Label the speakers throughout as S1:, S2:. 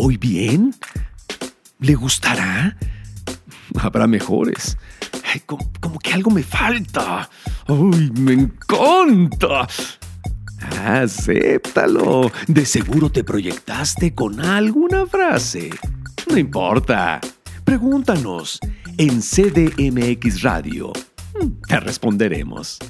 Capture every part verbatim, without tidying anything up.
S1: ¿Voy bien? ¿Le gustará? Habrá mejores. Ay, como, como que algo me falta. ¡Ay, me encanta! Acéptalo. De seguro te proyectaste con alguna frase. No importa. Pregúntanos en C D M X Radio. Te responderemos.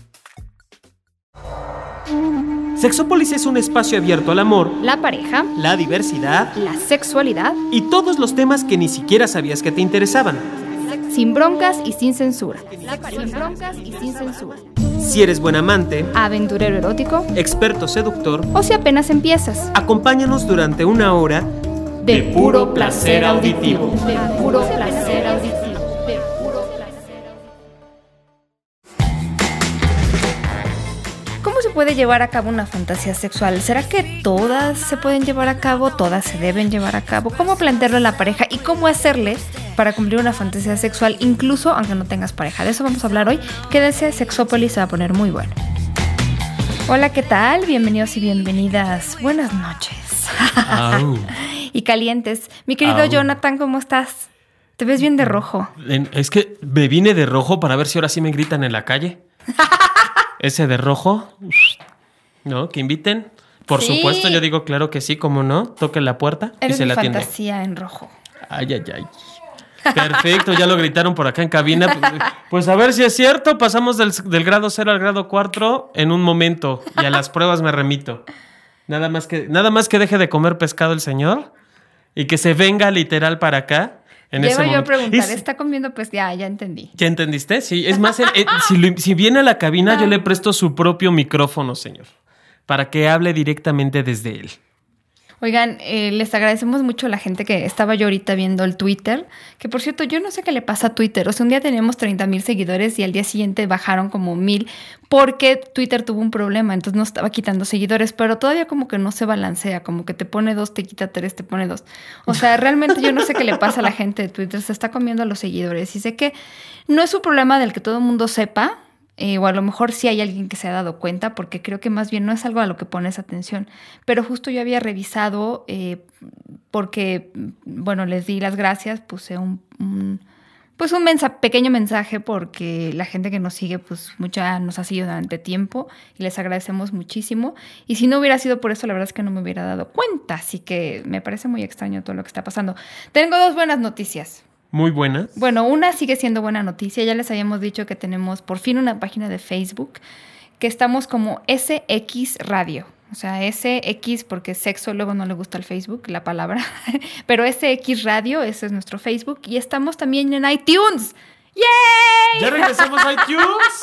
S2: Sexópolis es un espacio abierto al amor,
S3: la pareja,
S2: la diversidad,
S3: la sexualidad
S2: y todos los temas que ni siquiera sabías que te interesaban.
S3: Sin broncas y sin censura. Sin broncas y sin censura.
S2: Si eres buen amante,
S3: aventurero erótico,
S2: experto seductor,
S3: o si apenas empiezas,
S2: acompáñanos durante una hora
S3: de, de puro placer auditivo. De puro placer auditivo. ¿Cómo se puede llevar a cabo una fantasía sexual? ¿Será que todas se pueden llevar a cabo? ¿Todas se deben llevar a cabo? ¿Cómo plantearlo a la pareja? ¿Y cómo hacerle para cumplir una fantasía sexual, incluso aunque no tengas pareja? De eso vamos a hablar hoy. Quédense, Sexópolis se va a poner muy bueno. Hola, ¿qué tal? Bienvenidos y bienvenidas. Buenas noches. Y calientes. Mi querido Au. Jonathan, ¿cómo estás? Te ves bien de rojo.
S2: Es que me vine de rojo para ver si ahora sí me gritan en la calle. Ese de rojo, ¿no? Que inviten. Por sí. supuesto, yo digo claro que sí, ¿cómo no? Toquen la puerta
S3: Eres
S2: y se
S3: mi
S2: la atiende.
S3: Fantasía en rojo.
S2: Ay, ay, ay. Perfecto, ya lo gritaron por acá en cabina. Pues a ver si es cierto, pasamos del, del grado cero al grado cuatro en un momento y a las pruebas me remito. Nada más que, nada más que deje de comer pescado el señor y que se venga literal para acá. En
S3: Llego
S2: ese
S3: yo a preguntar,
S2: es,
S3: ¿está comiendo? Pues ya, ya entendí.
S2: ¿Ya entendiste? Sí, es más, el, el, si, lo, si viene a la cabina, ah. yo le presto su propio micrófono, señor, para que hable directamente desde él.
S3: Oigan, eh, les agradecemos mucho a la gente que estaba yo ahorita viendo el Twitter, que por cierto, yo no sé qué le pasa a Twitter. O sea, un día teníamos treinta mil seguidores y al día siguiente bajaron como mil porque Twitter tuvo un problema, entonces no estaba quitando seguidores, pero todavía como que no se balancea, como que te pone dos, te quita tres, te pone dos. O sea, realmente yo no sé qué le pasa a la gente de Twitter, se está comiendo a los seguidores y sé que no es un problema del que todo el mundo sepa. Eh, o a lo mejor sí hay alguien que se ha dado cuenta, porque creo que más bien no es algo a lo que pones atención. Pero justo yo había revisado, eh, porque, bueno, les di las gracias, puse un, un pues un mensa- pequeño mensaje, porque la gente que nos sigue, pues mucha nos ha seguido durante tiempo y les agradecemos muchísimo. Y si no hubiera sido por eso, la verdad es que no me hubiera dado cuenta. Así que me parece muy extraño todo lo que está pasando. Tengo dos buenas noticias.
S2: Muy buenas.
S3: Bueno, una sigue siendo buena noticia. Ya les habíamos dicho que tenemos por fin una página de Facebook, que estamos como S X Radio. O sea, S X porque sexo luego no le gusta al Facebook, la palabra. Pero S X Radio, ese es nuestro Facebook. Y estamos también en iTunes. ¡Yay!
S2: ¿Ya regresamos a iTunes?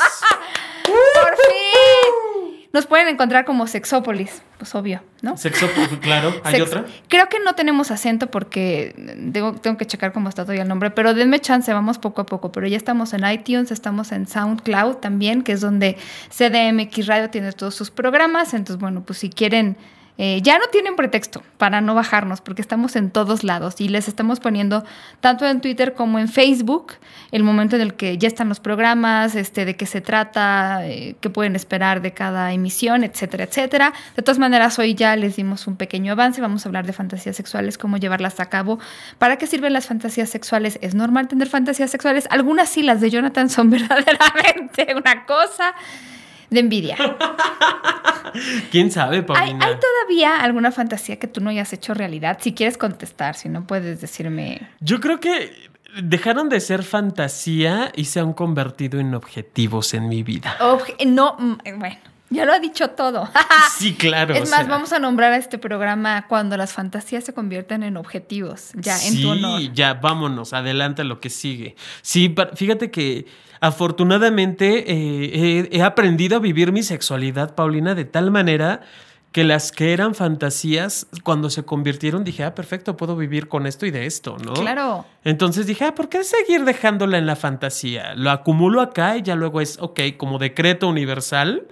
S3: ¡Por fin! Nos pueden encontrar como Sexópolis, pues obvio, ¿no?
S2: Sexópolis, claro. ¿Hay
S3: Sex-
S2: otra?
S3: Creo que no tenemos acento porque tengo, tengo que checar cómo está todavía el nombre, pero denme chance, vamos poco a poco. Pero ya estamos en iTunes, estamos en SoundCloud también, que es donde C D M X Radio tiene todos sus programas. Entonces, bueno, pues si quieren... Eh, ya no tienen pretexto para no bajarnos porque estamos en todos lados y les estamos poniendo tanto en Twitter como en Facebook el momento en el que ya están los programas, este, de qué se trata, eh, qué pueden esperar de cada emisión, etcétera, etcétera. De todas maneras, hoy ya les dimos un pequeño avance, vamos a hablar de fantasías sexuales, cómo llevarlas a cabo, para qué sirven las fantasías sexuales. ¿Es normal tener fantasías sexuales? Algunas sí, las de Jonathan son verdaderamente una cosa de envidia.
S2: ¿Quién sabe, Paulina?
S3: ¿Hay, ¿Hay todavía alguna fantasía que tú no hayas hecho realidad? Si quieres contestar, si no puedes decirme...
S2: Yo creo que dejaron de ser fantasía y se han convertido en objetivos en mi vida.
S3: Obje- no, bueno, ya lo ha dicho todo.
S2: Sí, claro.
S3: Es más,
S2: o sea,
S3: vamos a nombrar a este programa Cuando las fantasías se convierten en objetivos, ya,
S2: sí,
S3: en tu honor.
S2: Sí, ya, vámonos, adelante a lo que sigue. Sí, fíjate que afortunadamente eh, he, he aprendido a vivir mi sexualidad, Paulina, de tal manera que las que eran fantasías, cuando se convirtieron, dije, ah, perfecto, puedo vivir con esto y de esto, ¿no?
S3: Claro.
S2: Entonces dije, ah, ¿por qué seguir dejándola en la fantasía? Lo acumulo acá y ya luego es, ok, como decreto universal,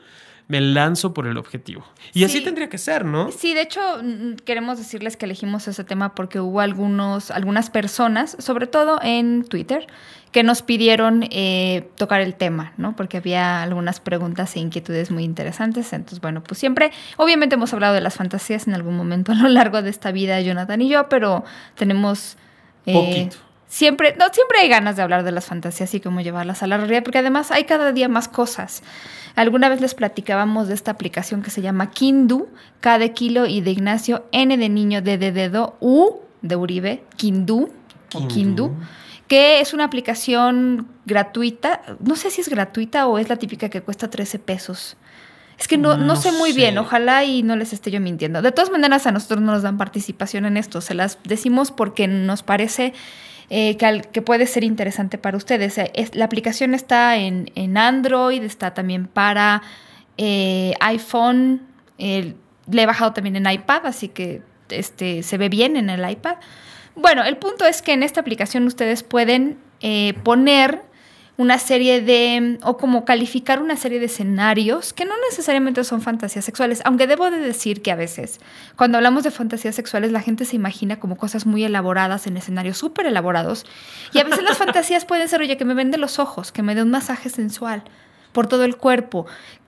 S2: me lanzo por el objetivo. Y
S3: Sí.
S2: así tendría que ser, ¿no?
S3: Sí, de hecho, mm, queremos decirles que elegimos ese tema porque hubo algunos, algunas personas, sobre todo en Twitter, que nos pidieron eh, tocar el tema, ¿no? Porque había algunas preguntas e inquietudes muy interesantes. Entonces, bueno, pues siempre, obviamente hemos hablado de las fantasías en algún momento a lo largo de esta vida, Jonathan y yo, pero tenemos... eh,
S2: Poquito.
S3: Siempre, no, siempre hay ganas de hablar de las fantasías y cómo llevarlas a la realidad, porque además hay cada día más cosas. Alguna vez les platicábamos de esta aplicación que se llama Kindu, K de kilo y de Ignacio, N de niño, D de dedo, U de Uribe, Kindu o
S2: Kindu.
S3: Kindu, que es una aplicación gratuita. No sé si es gratuita o es la típica que cuesta trece pesos. Es que no, no,
S2: No
S3: sé muy
S2: sé.
S3: bien, ojalá y no les esté yo mintiendo. De todas maneras, a nosotros no nos dan participación en esto, se las decimos porque nos parece... Eh, que, al, que puede ser interesante para ustedes. Es, la aplicación está en, en Android, está también para eh, iPhone, eh, le he bajado también en iPad, así que este, se ve bien en el iPad. Bueno, el punto es que en esta aplicación ustedes pueden eh, poner una serie de, o como calificar una serie de escenarios que no necesariamente son fantasías sexuales, aunque debo de decir que a veces cuando hablamos de fantasías sexuales la gente se imagina como cosas muy elaboradas en escenarios súper elaborados y a veces las fantasías pueden ser, oye, que me vende los ojos, que me dé un masaje sensual por todo el cuerpo,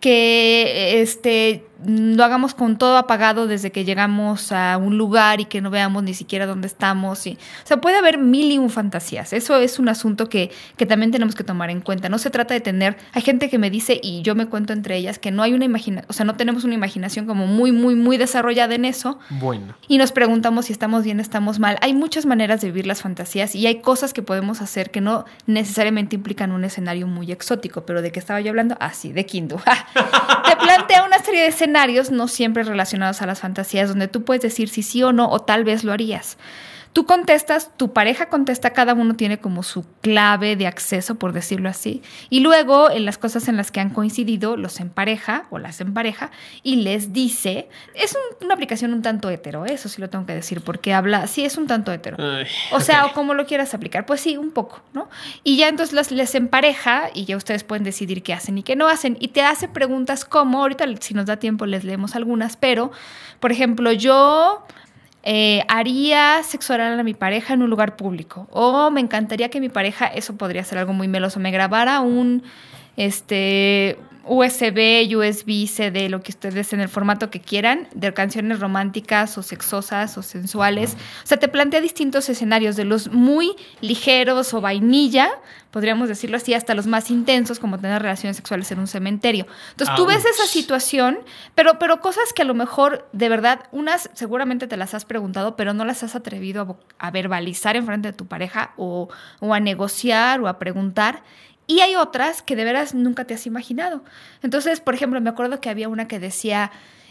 S3: que este, lo hagamos con todo apagado desde que llegamos a un lugar y que no veamos ni siquiera dónde estamos. Y, o sea, puede haber mil y un fantasías. Eso es un asunto que, que también tenemos que tomar en cuenta. No se trata de tener... Hay gente que me dice, y yo me cuento entre ellas, que no hay una imaginación, o sea, no tenemos una imaginación como muy, muy, muy desarrollada en eso.
S2: Bueno.
S3: Y nos preguntamos si estamos bien, estamos mal. Hay muchas maneras de vivir las fantasías y hay cosas que podemos hacer que no necesariamente implican un escenario muy exótico. Pero ¿de qué estaba yo hablando? Ah, sí, de Kindu. Te plantea una serie de escenarios, no siempre relacionados a las fantasías, donde tú puedes decir si sí o no, o tal vez lo harías. Tú contestas, tu pareja contesta, cada uno tiene como su clave de acceso, por decirlo así. Y luego, en las cosas en las que han coincidido, los empareja o las empareja y les dice... Es un, una aplicación un tanto hetero, eso sí lo tengo que decir, porque habla... Sí, es un tanto hetero.
S2: Ay,
S3: o sea,
S2: ok.
S3: o como lo quieras aplicar. Pues sí, un poco, ¿no? Y ya entonces las, les empareja y ya ustedes pueden decidir qué hacen y qué no hacen. Y te hace preguntas como... Ahorita, si nos da tiempo, les leemos algunas, pero, por ejemplo, yo... Eh, haría sexo oral a mi pareja en un lugar público, o me encantaría que mi pareja, eso podría ser algo muy meloso, me grabara un este U S B, U S B, C D, lo que ustedes en el formato que quieran, de canciones románticas o sexosas o sensuales. O sea, te plantea distintos escenarios, de los muy ligeros o vainilla, podríamos decirlo así, hasta los más intensos, como tener relaciones sexuales en un cementerio. Entonces, tú ves esa situación, pero, pero cosas que a lo mejor, de verdad, unas seguramente te las has preguntado, pero no las has atrevido a, vo- a verbalizar en frente de tu pareja o, o a negociar o a preguntar. Y hay otras que de veras nunca te has imaginado. Entonces, por ejemplo, me acuerdo que había una que decía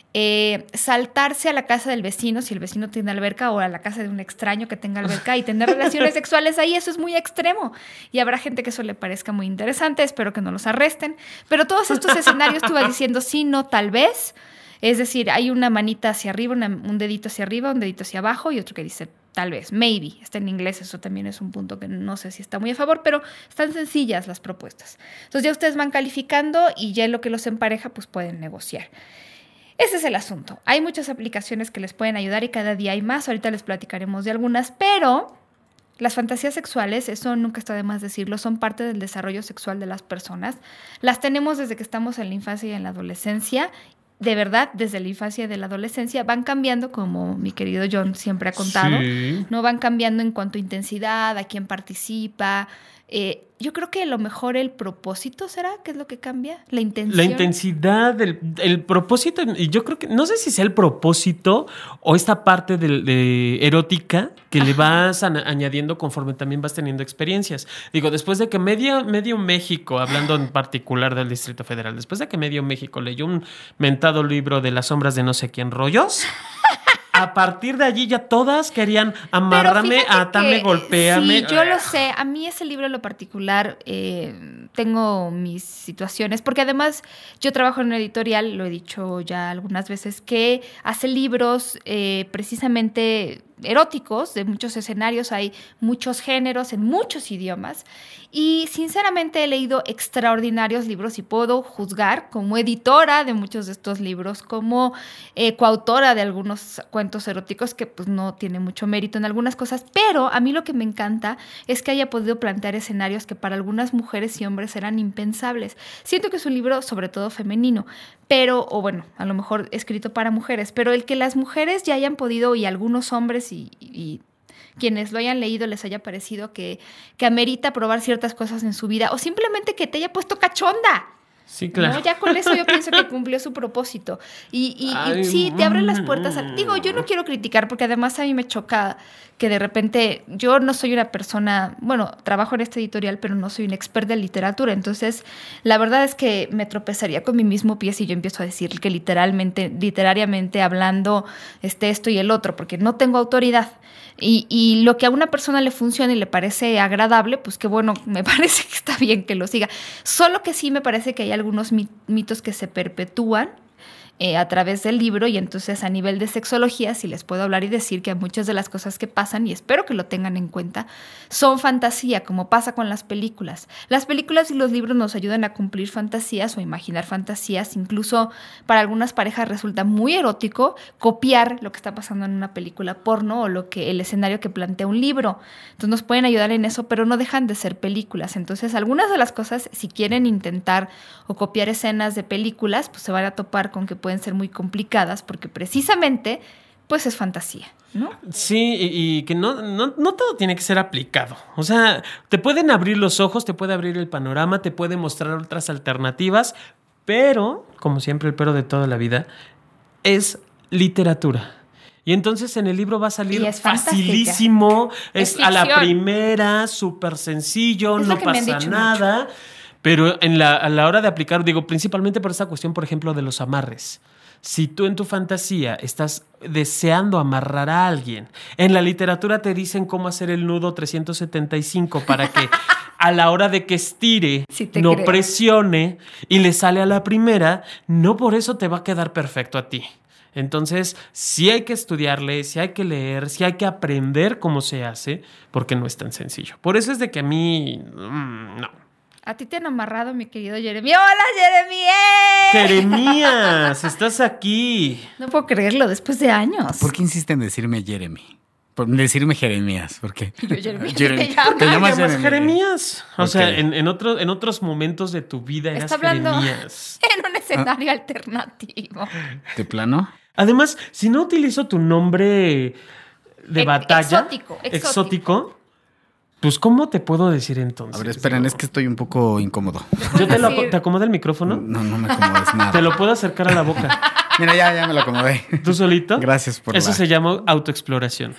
S3: eh, saltarse a la casa del vecino si el vecino tiene alberca, o a la casa de un extraño que tenga alberca y tener relaciones sexuales ahí. Eso es muy extremo. Y habrá gente que eso le parezca muy interesante. Espero que no los arresten. Pero todos estos escenarios tú vas diciendo sí, no, tal vez. Es decir, hay una manita hacia arriba, una, un dedito hacia arriba, un dedito hacia abajo y otro que dice tal vez, maybe. Está en inglés, eso también es un punto que no sé si está muy a favor, pero están sencillas las propuestas. Entonces ya ustedes van calificando y ya en lo que los empareja, pues pueden negociar. Ese es el asunto. Hay muchas aplicaciones que les pueden ayudar y cada día hay más. Ahorita les platicaremos de algunas, pero las fantasías sexuales, eso nunca está de más decirlo, son parte del desarrollo sexual de las personas. Las tenemos desde que estamos en la infancia y en la adolescencia. De verdad, desde la infancia y de la adolescencia van cambiando, como mi querido John siempre ha contado.
S2: Sí.
S3: No van cambiando en cuanto a intensidad, a quién participa. Eh, yo creo que a lo mejor el propósito será, ¿qué es lo que cambia? La intención.
S2: La intensidad, el, el propósito, y yo creo que, no sé si sea el propósito o esta parte de, de erótica que Ajá. le vas a, añadiendo conforme también vas teniendo experiencias. Digo, después de que medio, medio México, hablando en particular del Distrito Federal, después de que medio México leyó un mentado libro de las sombras de no sé quién rollos... A partir de allí ya todas querían amarrarme, atarme, golpearme.
S3: Sí, yo lo sé. A mí ese libro en lo particular, eh, tengo mis situaciones, porque además yo trabajo en una editorial, lo he dicho ya algunas veces, que hace libros eh, precisamente eróticos, de muchos escenarios, hay muchos géneros en muchos idiomas y sinceramente he leído extraordinarios libros y puedo juzgar como editora de muchos de estos libros, como eh, coautora de algunos cuentos eróticos que pues no tiene mucho mérito en algunas cosas, pero a mí lo que me encanta es que haya podido plantear escenarios que para algunas mujeres y hombres eran impensables. Siento que es un libro sobre todo femenino, pero, o bueno, a lo mejor escrito para mujeres, pero el que las mujeres ya hayan podido y algunos hombres y, y quienes lo hayan leído les haya parecido que, que amerita probar ciertas cosas en su vida o simplemente que te haya puesto cachonda.
S2: Sí, claro.
S3: ¿No? Ya con eso yo pienso que cumplió su propósito. Y, y,
S2: Ay,
S3: y sí, te abren las
S2: mm,
S3: puertas. A, digo, yo no quiero criticar porque además a mí me choca que de repente yo no soy una persona, bueno, trabajo en este editorial, pero no soy una experta en literatura. Entonces, la verdad es que me tropezaría con mi mismo pie si yo empiezo a decir que literalmente, literariamente hablando este, esto y el otro, porque no tengo autoridad. Y, y lo que a una persona le funciona y le parece agradable, pues qué bueno, me parece que está bien que lo siga. Solo que sí me parece que hay algunos mitos que se perpetúan eh, a través del libro y entonces a nivel de sexología sí les puedo hablar y decir que muchas de las cosas que pasan, y espero que lo tengan en cuenta, son fantasía, como pasa con las películas. Las películas y los libros nos ayudan a cumplir fantasías o imaginar fantasías, incluso para algunas parejas resulta muy erótico copiar lo que está pasando en una película porno o lo que el escenario que plantea un libro. Entonces nos pueden ayudar en eso, pero no dejan de ser películas. Entonces algunas de las cosas, si quieren intentar o copiar escenas de películas, pues se van a topar con que pueden ser muy complicadas porque precisamente pues es fantasía, ¿no?
S2: Sí, y, y que no, no, no todo tiene que ser aplicado. O sea, te pueden abrir los ojos, te puede abrir el panorama, te puede mostrar otras alternativas, pero, como siempre el pero de toda la vida, es literatura. Y entonces en el libro va a salir
S3: es
S2: facilísimo, es,
S3: es
S2: a la
S3: ficción.
S2: primera, súper sencillo,
S3: Es lo
S2: no
S3: que me han
S2: pasa
S3: dicho
S2: nada.
S3: mucho.
S2: Pero en la, a la hora de aplicar, digo, principalmente por esta cuestión, por ejemplo, de los amarres. Si tú en tu fantasía estás deseando amarrar a alguien, en la literatura te dicen cómo hacer el nudo trescientos setenta y cinco para que a la hora de que estire,
S3: Sí te
S2: no
S3: creo.
S2: presione y le sale a la primera, no por eso te va a quedar perfecto a ti. Entonces, sí hay que estudiarle, sí hay que leer, sí hay que aprender cómo se hace, porque no es tan sencillo. Por eso es de que a mí, mmm, no.
S3: A ti te han amarrado, mi querido Jeremy. ¡Hola, Jeremy!
S2: Jeremías, estás aquí.
S3: No puedo creerlo, después de años.
S4: ¿Por qué insiste en decirme Jeremy? Por decirme Jeremías, ¿por qué?
S3: Yo, Jeremy,
S4: Jeremy.
S3: te llamas.
S4: ¿Te llamas
S2: ¿Te llamas
S4: Jeremy?
S2: Jeremías? O
S4: Ok.
S2: sea, en, en, otro, en otros momentos de tu vida eras
S3: Está hablando
S2: Jeremías.
S3: en un escenario alternativo.
S4: ¿De plano?
S2: Además, si no utilizo tu nombre de
S3: Ex-
S2: batalla,
S3: exótico, exótico.
S2: exótico, pues ¿cómo te puedo decir entonces?
S4: A ver, esperen,
S2: Digo,
S4: es que estoy un poco incómodo.
S2: yo te, lo,
S3: decir-
S2: ¿Te acomodo el micrófono?
S4: No, no me acomodes nada.
S2: Te lo puedo acercar a la boca.
S4: Mira, ya, ya me lo acomodé.
S2: ¿Tú solito?
S4: Gracias por
S2: Eso
S4: la-
S2: se llama autoexploración.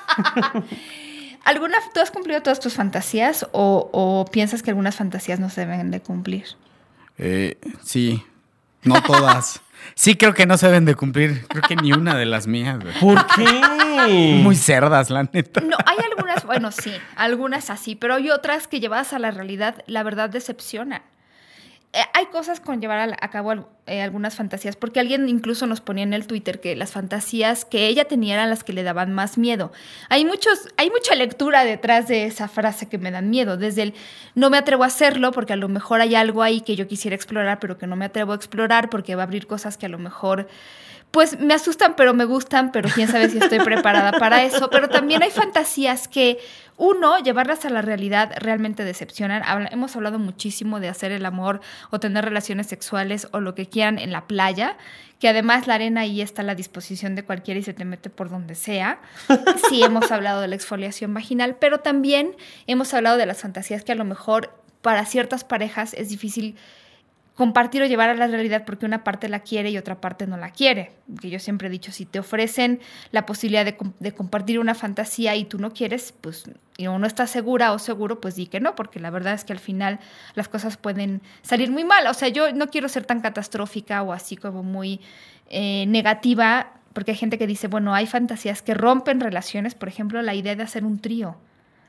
S3: ¿Alguna, ¿Tú has cumplido todas tus fantasías o, o piensas que algunas fantasías no se deben de cumplir?
S4: Eh, sí, no todas. Sí, creo que no se deben de cumplir. Creo que ni una de las mías, güey.
S2: ¿Por qué?
S4: Muy cerdas, la neta.
S3: No, hay algunas, bueno, sí, algunas así, pero hay otras que llevadas a la realidad, la verdad, decepcionan. Eh, hay cosas con llevar a, la- a cabo al- eh, algunas fantasías, porque alguien incluso nos ponía en el Twitter que las fantasías que ella tenía eran las que le daban más miedo. Hay muchos, hay mucha lectura detrás de esa frase que me dan miedo, desde el no me atrevo a hacerlo porque a lo mejor hay algo ahí que yo quisiera explorar, pero que no me atrevo a explorar porque va a abrir cosas que a lo mejor pues me asustan, pero me gustan, pero quién sabe si estoy preparada para eso. Pero también hay fantasías que, uno, llevarlas a la realidad realmente decepcionan. Habla- hemos hablado muchísimo de hacer el amor o tener relaciones sexuales o lo que quieran en la playa, que además la arena ahí está a la disposición de cualquiera y se te mete por donde sea. Sí, hemos hablado de la exfoliación vaginal, pero también hemos hablado de las fantasías que a lo mejor para ciertas parejas es difícil compartir o llevar a la realidad porque una parte la quiere y otra parte no la quiere. Que yo siempre he dicho, si te ofrecen la posibilidad de, com- de compartir una fantasía y tú no quieres, pues, y o no estás segura o seguro, pues di que no, porque la verdad es que al final las cosas pueden salir muy mal. O sea, yo no quiero ser tan catastrófica o así como muy eh, negativa, porque hay gente que dice, bueno, hay fantasías que rompen relaciones, por ejemplo, la idea de hacer un trío.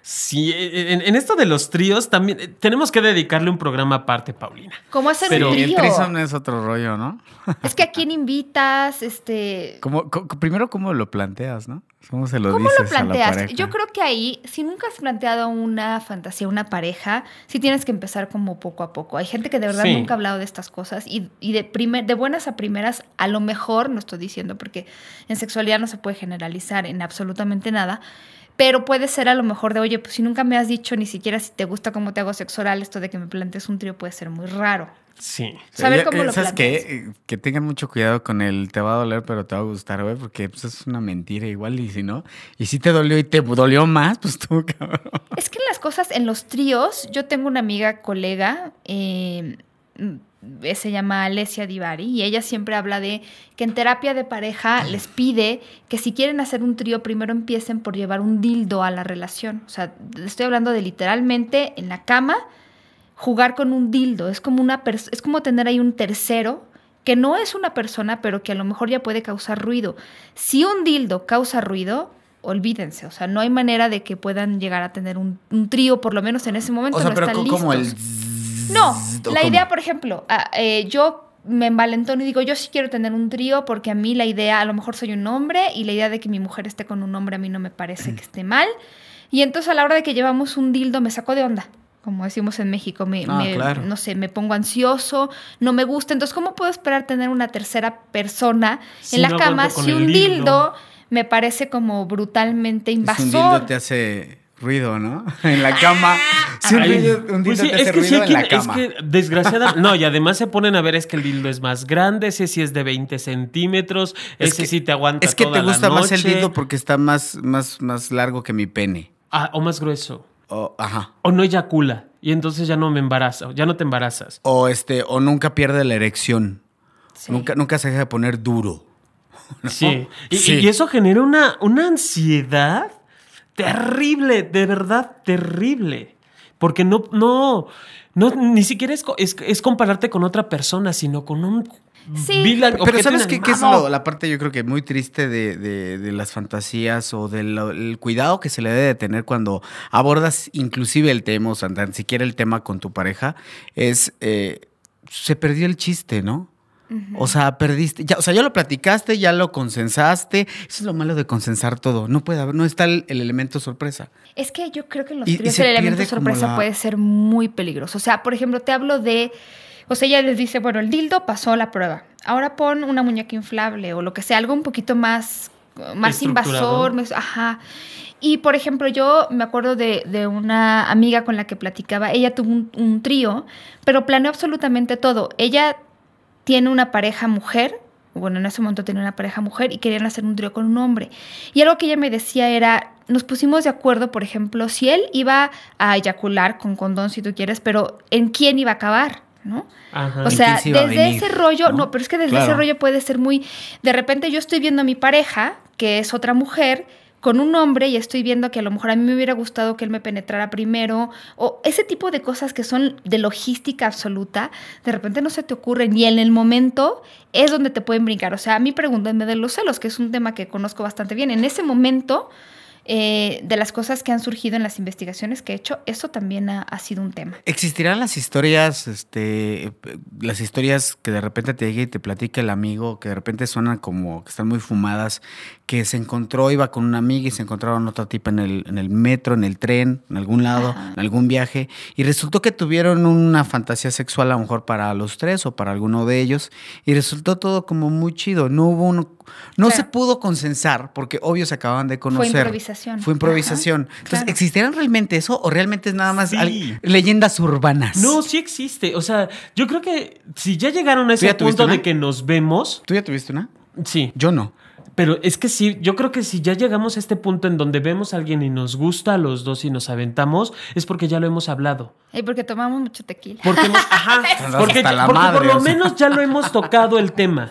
S2: Sí, en, en esto de los tríos también eh, tenemos que dedicarle un programa aparte, Paulina.
S3: ¿Cómo hacer
S2: Pero
S3: un
S4: El
S3: trío?
S4: threesome es otro rollo, ¿no?
S3: Es que a quién invitas, este...
S4: ¿Cómo, co- primero, ¿cómo lo planteas, no? ¿Cómo se lo
S3: ¿Cómo
S4: dices
S3: lo
S4: a la
S3: planteas?
S4: pareja?
S3: Yo creo que ahí, si nunca has planteado una fantasía, una pareja, sí tienes que empezar como poco a poco. Hay gente que de verdad
S2: Sí.
S3: nunca ha hablado de estas cosas y, y de, primer, de buenas a primeras, a lo mejor, no estoy diciendo porque en sexualidad no se puede generalizar en absolutamente nada, pero puede ser a lo mejor de, oye, pues si nunca me has dicho ni siquiera si te gusta cómo te hago sexo oral, esto de que me plantees un trío puede ser muy raro.
S2: Sí.
S3: Saber
S4: Ya,
S3: cómo
S4: eh,
S3: lo
S4: ¿Sabes
S3: planteas.
S4: qué? Eh, Que tengan mucho cuidado con el te va a doler, pero te va a gustar, güey, porque pues, es una mentira igual y si no. Y si te dolió y te dolió más, pues tú, cabrón.
S3: Es que en las cosas, en los tríos, yo tengo una amiga, colega, eh, mm, se llama Alessia Divari, y ella siempre habla de que en terapia de pareja les pide que si quieren hacer un trío, primero empiecen por llevar un dildo a la relación. O sea, estoy hablando de literalmente en la cama, jugar con un dildo. Es como, una pers- es como tener ahí un tercero que no es una persona, pero que a lo mejor ya puede causar ruido. Si un dildo causa ruido, olvídense. O sea, no hay manera de que puedan llegar a tener un, un trío, por lo menos en ese momento
S4: O sea,
S3: no
S4: pero
S3: están
S4: co- como el...
S3: listos.
S4: zzzz,
S3: No,
S4: ¿o
S3: la
S4: cómo?
S3: idea, por ejemplo, ah, eh, yo me envalentono y digo, yo sí quiero tener un trío porque a mí la idea, a lo mejor soy un hombre y la idea de que mi mujer esté con un hombre a mí no me parece que esté mal. Y entonces a la hora de que llevamos un dildo me sacó de onda. Como decimos en México, me,
S4: Ah,
S3: me-
S4: claro.
S3: no sé, me pongo ansioso, no me gusta. Entonces, ¿cómo puedo esperar tener una tercera persona
S2: Si
S3: en la
S2: no
S3: cama
S2: aguanto con
S3: si
S2: el
S3: un
S2: dildo.
S3: dildo me parece como brutalmente
S4: Es un
S3: invasor?
S4: dildo te hace ruido, ¿no? En la cama. Si un
S2: Ay,
S4: dildo, un dildo
S2: pues sí,
S4: te hace
S2: es que sí
S4: ruido
S2: hay
S4: en la
S2: quien- es
S4: cama.
S2: que desgraciadamente, no, y además se ponen a ver, es que el dildo es más grande, ese sí es de veinte centímetros,
S4: Es
S2: ese
S4: que-
S2: sí te aguanta
S4: Es que
S2: toda
S4: te
S2: la
S4: gusta más el
S2: noche.
S4: dildo porque está más, más, más largo que mi pene.
S2: Ah, o más grueso,
S4: O, ajá.
S2: o no eyacula, y entonces ya no me embarazo, ya no te embarazas.
S4: O este, o nunca pierde la erección.
S3: Sí.
S4: Nunca, nunca se deja de poner duro.
S2: Sí. Y,
S4: Sí.
S2: y eso genera una, una ansiedad terrible, de verdad terrible. Porque no, no, no ni siquiera es, co- es, es compararte con otra persona, sino con un
S3: Sí.
S2: vil
S4: Pero
S2: objeto
S4: ¿sabes qué, qué es
S2: inanimado.
S4: lo- la parte, yo creo que muy triste de, de- de las fantasías o del el cuidado que se le debe de tener cuando abordas inclusive el tema, o sea, tan siquiera el tema con tu pareja, es, eh, se perdió el chiste, ¿no? O sea, perdiste, ya, o sea, ya lo platicaste, ya lo consensaste. Eso es lo malo de consensar todo. No puede haber, no está el, el elemento sorpresa.
S3: Es que yo creo que en los
S4: Y- y
S3: tríos
S4: se
S3: el elemento
S4: pierde como
S3: sorpresa
S4: la-
S3: puede ser muy peligroso. O sea, por ejemplo, te hablo de... O sea, ella les dice, bueno, el dildo pasó la prueba. Ahora pon una muñeca inflable o lo que sea, algo un poquito más, más
S2: Estructurado.
S3: invasor. Más, ajá. Y, por ejemplo, yo me acuerdo de, de una amiga con la que platicaba. Ella tuvo un, un trío, pero planeó absolutamente todo. Ella tiene una pareja mujer, bueno, en ese momento tenía una pareja mujer y querían hacer un trío con un hombre. Y algo que ella me decía era, nos pusimos de acuerdo, por ejemplo, si él iba a eyacular con condón, si tú quieres, pero ¿en quién iba a acabar? ¿No?
S2: Ajá.
S3: O
S4: ¿En
S3: sea,
S4: quién se iba a
S3: desde
S4: venir?
S3: ese rollo,
S4: ¿No?
S3: no, pero es que desde
S4: Claro.
S3: ese rollo puede ser muy, de repente yo estoy viendo a mi pareja, que es otra mujer, con un hombre y estoy viendo que a lo mejor a mí me hubiera gustado que él me penetrara primero, o ese tipo de cosas que son de logística absoluta, de repente no se te ocurren y en el momento es donde te pueden brincar. O sea, a mí pregúntenme de los celos, que es un tema que conozco bastante bien. En ese momento, eh, de las cosas que han surgido en las investigaciones que he hecho, eso también ha, ha sido un tema.
S4: ¿Existirán las historias, este, las historias que de repente te llegue y te platica el amigo, que de repente suenan como que están muy fumadas, que se encontró, iba con una amiga y se encontraron otra tipa en el, en el metro, en el tren, en algún lado,
S3: Ajá.
S4: en algún viaje, y resultó que tuvieron una fantasía sexual a lo mejor para los tres o para alguno de ellos, y resultó todo como muy chido, no hubo un, no
S3: Claro.
S4: se pudo consensar, porque obvio se acababan de conocer.
S3: improvisación.
S4: Fue improvisación.
S3: Ajá,
S4: Entonces,
S3: claro.
S4: ¿existirán realmente eso o realmente es nada más
S2: Sí.
S4: al- leyendas urbanas?
S2: No, sí existe. O sea, yo creo que si ya llegaron a
S4: ¿Tú
S2: ese
S4: ya tuviste
S2: punto
S4: una?
S2: de que nos vemos,
S4: ¿Tú ya tuviste una?
S2: sí.
S4: Yo no.
S2: Pero es que sí, yo creo que si ya llegamos a este punto en donde vemos a alguien y nos gusta a los dos y nos aventamos, es porque ya lo hemos hablado.
S3: Y porque tomamos mucho tequila.
S2: Porque, hemos- ajá,
S4: Andas
S2: porque,
S4: hasta la
S2: porque
S4: madre,
S2: por lo
S4: o sea.
S2: menos ya lo hemos tocado el tema.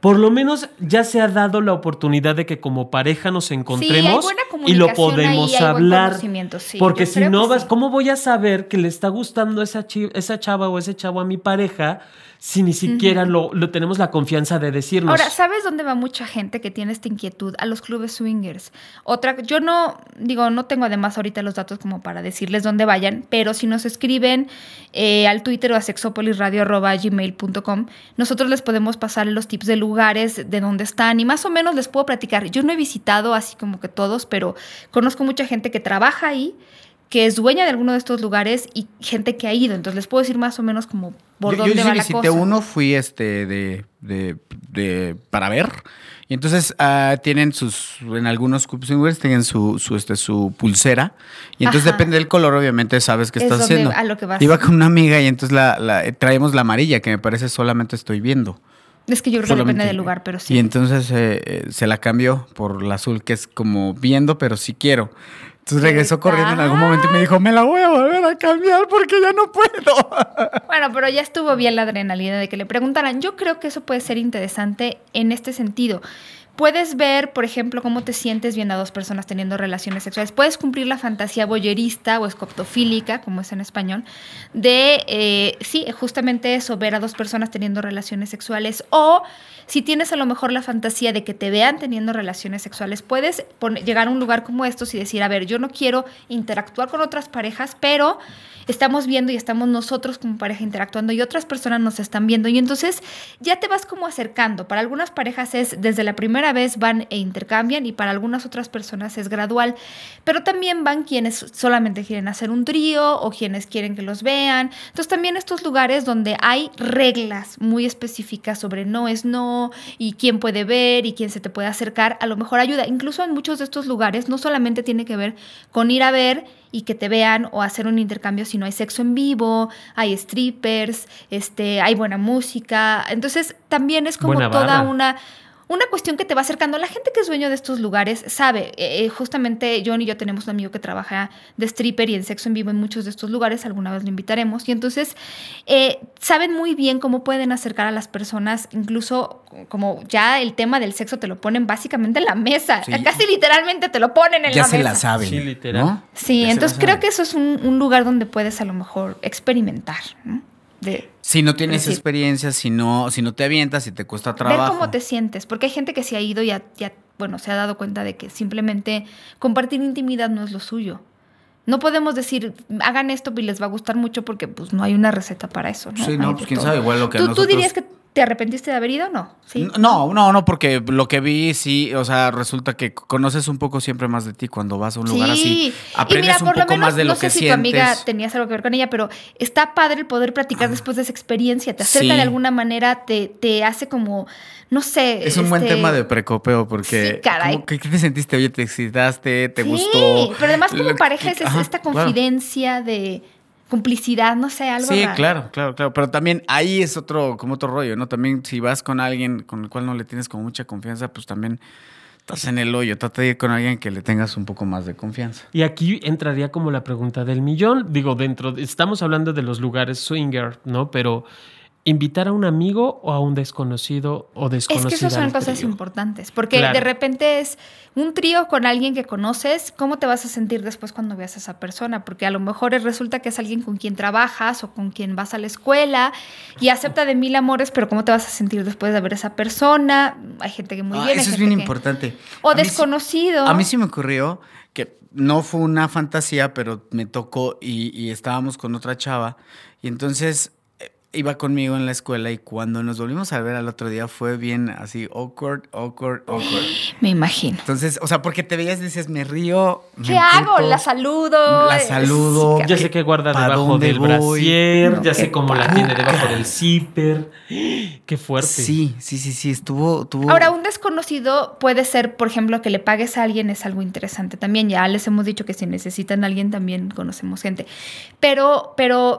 S2: por lo menos ya se ha dado la oportunidad de que como pareja nos encontremos
S3: Sí, hay buena
S2: y lo
S3: comunicación
S2: podemos
S3: ahí, hay buen
S2: hablar.
S3: conocimiento, sí,
S2: Porque
S3: yo
S2: si
S3: creo
S2: no
S3: que
S2: vas,
S3: sí.
S2: ¿cómo voy a saber que le está gustando esa, chi- esa chava o ese chavo a mi pareja si ni siquiera lo, lo tenemos la confianza de decirnos?
S3: Ahora, ¿sabes dónde va mucha gente que tiene esta inquietud? A los clubes swingers. Otra, yo no, digo, no tengo además ahorita los datos como para decirles dónde vayan, pero si nos escriben eh, al Twitter o a sexopolisradio arroba gmail punto com, nosotros les podemos pasar los tips de lugares, de dónde están y más o menos les puedo platicar. Yo no he visitado así como que todos, pero conozco mucha gente que trabaja ahí, que es dueña de alguno de estos lugares y gente que ha ido. Entonces les puedo decir más o menos como por
S4: yo,
S3: dónde
S4: yo
S3: va
S4: sí
S3: la
S4: visité
S3: cosa.
S4: uno, fui este de, de, de para ver. Y entonces uh, tienen sus, en algunos clubs swingers tienen su, su, este, su pulsera. Y entonces
S3: Ajá.
S4: depende del color, obviamente sabes qué
S3: Es
S4: estás
S3: donde-
S4: haciendo.
S3: a lo que vas.
S4: Iba con una amiga y entonces la, la, traemos la amarilla, que me parece solamente estoy viendo.
S3: Es que yo creo que
S4: Solamente.
S3: depende del lugar, pero sí.
S4: Y entonces eh, eh, se la cambió por la azul, que es como viendo, pero sí quiero. Entonces regresó corriendo en algún momento y me dijo, me la voy a volver a cambiar porque ya no puedo.
S3: Bueno, pero ya estuvo bien la adrenalina de que le preguntaran. Yo creo que eso puede ser interesante en este sentido. Puedes ver, por ejemplo, cómo te sientes viendo a dos personas teniendo relaciones sexuales. Puedes cumplir la fantasía voyerista o escoptofílica, como es en español, de, eh, sí, justamente eso, ver a dos personas teniendo relaciones sexuales. O si tienes a lo mejor la fantasía de que te vean teniendo relaciones sexuales, puedes poner, llegar a un lugar como estos y decir, a ver, yo no quiero interactuar con otras parejas, pero estamos viendo y estamos nosotros como pareja interactuando y otras personas nos están viendo. Y entonces ya te vas como acercando. Para algunas parejas es desde la primera vez van e intercambian y para algunas otras personas es gradual. Pero también van quienes solamente quieren hacer un trío o quienes quieren que los vean. Entonces también estos lugares donde hay reglas muy específicas sobre no es no y quién puede ver y quién se te puede acercar, a lo mejor ayuda. Incluso en muchos de estos lugares no solamente tiene que ver con ir a ver y que te vean o hacer un intercambio, sino hay sexo en vivo, hay strippers, este, hay buena música. Entonces también es como
S2: Buena
S3: toda
S2: barra.
S3: una... Una cuestión que te va acercando. La gente que es dueño de estos lugares sabe, eh, justamente John y yo tenemos un amigo que trabaja de stripper y en sexo en vivo en muchos de estos lugares, alguna vez lo invitaremos, y entonces eh, saben muy bien cómo pueden acercar a las personas, incluso como ya el tema del sexo te lo ponen básicamente en la mesa,
S4: Sí.
S3: casi literalmente te lo ponen en
S4: Ya
S3: la
S4: se
S3: mesa.
S4: la saben.
S2: Sí, literal.
S4: ¿no?
S3: Sí,
S4: Ya se
S3: entonces
S4: la
S3: creo
S4: saben.
S3: que eso es un, un lugar donde puedes a lo mejor experimentar, ¿no? De
S4: Si no tienes
S3: decir,
S4: experiencia, si no, si no te avientas, si te cuesta trabajo.
S3: ver cómo te sientes, porque hay gente que se ha ido y ya, ya, bueno, se ha dado cuenta de que simplemente compartir intimidad no es lo suyo. No podemos decir, hagan esto y les va a gustar mucho porque pues no hay una receta para eso, ¿no?
S4: Sí, no,
S3: Hay
S4: pues
S3: de
S4: quién
S3: todo.
S4: sabe, igual lo que
S3: ¿Tú,
S4: nosotros...
S3: ¿Tú dirías que te arrepentiste de haber ido o no? ¿Sí?
S4: No, no, no, porque lo que vi, sí, o sea, resulta que conoces un poco siempre más de ti cuando vas a un lugar
S3: Sí.
S4: así.
S3: Y
S4: Aprendes
S3: mira,
S4: un
S3: por lo
S4: poco
S3: menos,
S4: más de lo
S3: no
S4: que
S3: sé si
S4: sientes.
S3: tu amiga tenías algo que ver con ella, pero está padre el poder platicar después de esa experiencia. Te acerca
S4: Sí.
S3: de alguna manera, te, te hace como, no sé.
S4: Es un buen
S3: este,
S4: tema de precopeo porque...
S3: Sí, caray.
S4: ¿cómo- ¿Qué, qué te sentiste? Oye, ¿te excitaste? ¿Te
S3: sí,
S4: gustó?
S3: pero además como
S4: Lo-
S3: pareja es, es
S4: Ajá,
S3: esta
S4: claro.
S3: confidencia de complicidad, no sé, algo
S4: Sí,
S3: raro.
S4: claro, claro, claro. Pero también ahí es otro, como otro rollo, ¿no? También si vas con alguien con el cual no le tienes como mucha confianza, pues también estás en el hoyo. Trata de ir con alguien que le tengas un poco más de confianza.
S2: Y aquí entraría como la pregunta del millón. Digo, dentro, de- estamos hablando de los lugares swinger, ¿no? Pero invitar a un amigo o a un desconocido o
S3: Es
S2: desconocida.
S3: que esas son
S2: al
S3: cosas
S2: trío.
S3: importantes, porque
S2: Claro.
S3: de repente es un trío con alguien que conoces, ¿cómo te vas a sentir después cuando veas a esa persona? Porque a lo mejor es- resulta que es alguien con quien trabajas o con quien vas a la escuela y acepta de mil amores, pero ¿cómo te vas a sentir después de ver a esa persona? Hay gente que muy
S4: Ah,
S3: bien. hay
S4: eso es
S3: gente
S4: bien
S3: que-
S4: importante.
S3: O
S4: A mí sí-
S3: desconocido.
S4: A mí sí me ocurrió que no fue una fantasía, pero me tocó y, y estábamos con otra chava. Y entonces eh, iba conmigo en la escuela y cuando nos volvimos a ver al otro día fue bien así awkward, awkward, awkward.
S3: Me imagino.
S4: Entonces, o sea, porque te veías y dices, me río. me
S3: ¿Qué hago?
S4: emputo,
S3: La saludo.
S4: La
S3: es-
S4: saludo.
S3: sí,
S2: Ya sé qué guarda
S4: ¿Pa'
S2: debajo
S4: dónde
S2: del
S4: voy?
S2: brasier,
S3: No,
S2: ya
S3: qué
S2: sé cómo la
S3: padre.
S2: tiene debajo del zipper. Qué fuerte.
S4: Sí, sí, sí, sí, estuvo... estuvo...
S3: Ahora, un desconocido puede ser, por ejemplo, que le pagues a alguien, es algo interesante también. Ya les hemos dicho que si necesitan a alguien también conocemos gente. Pero, pero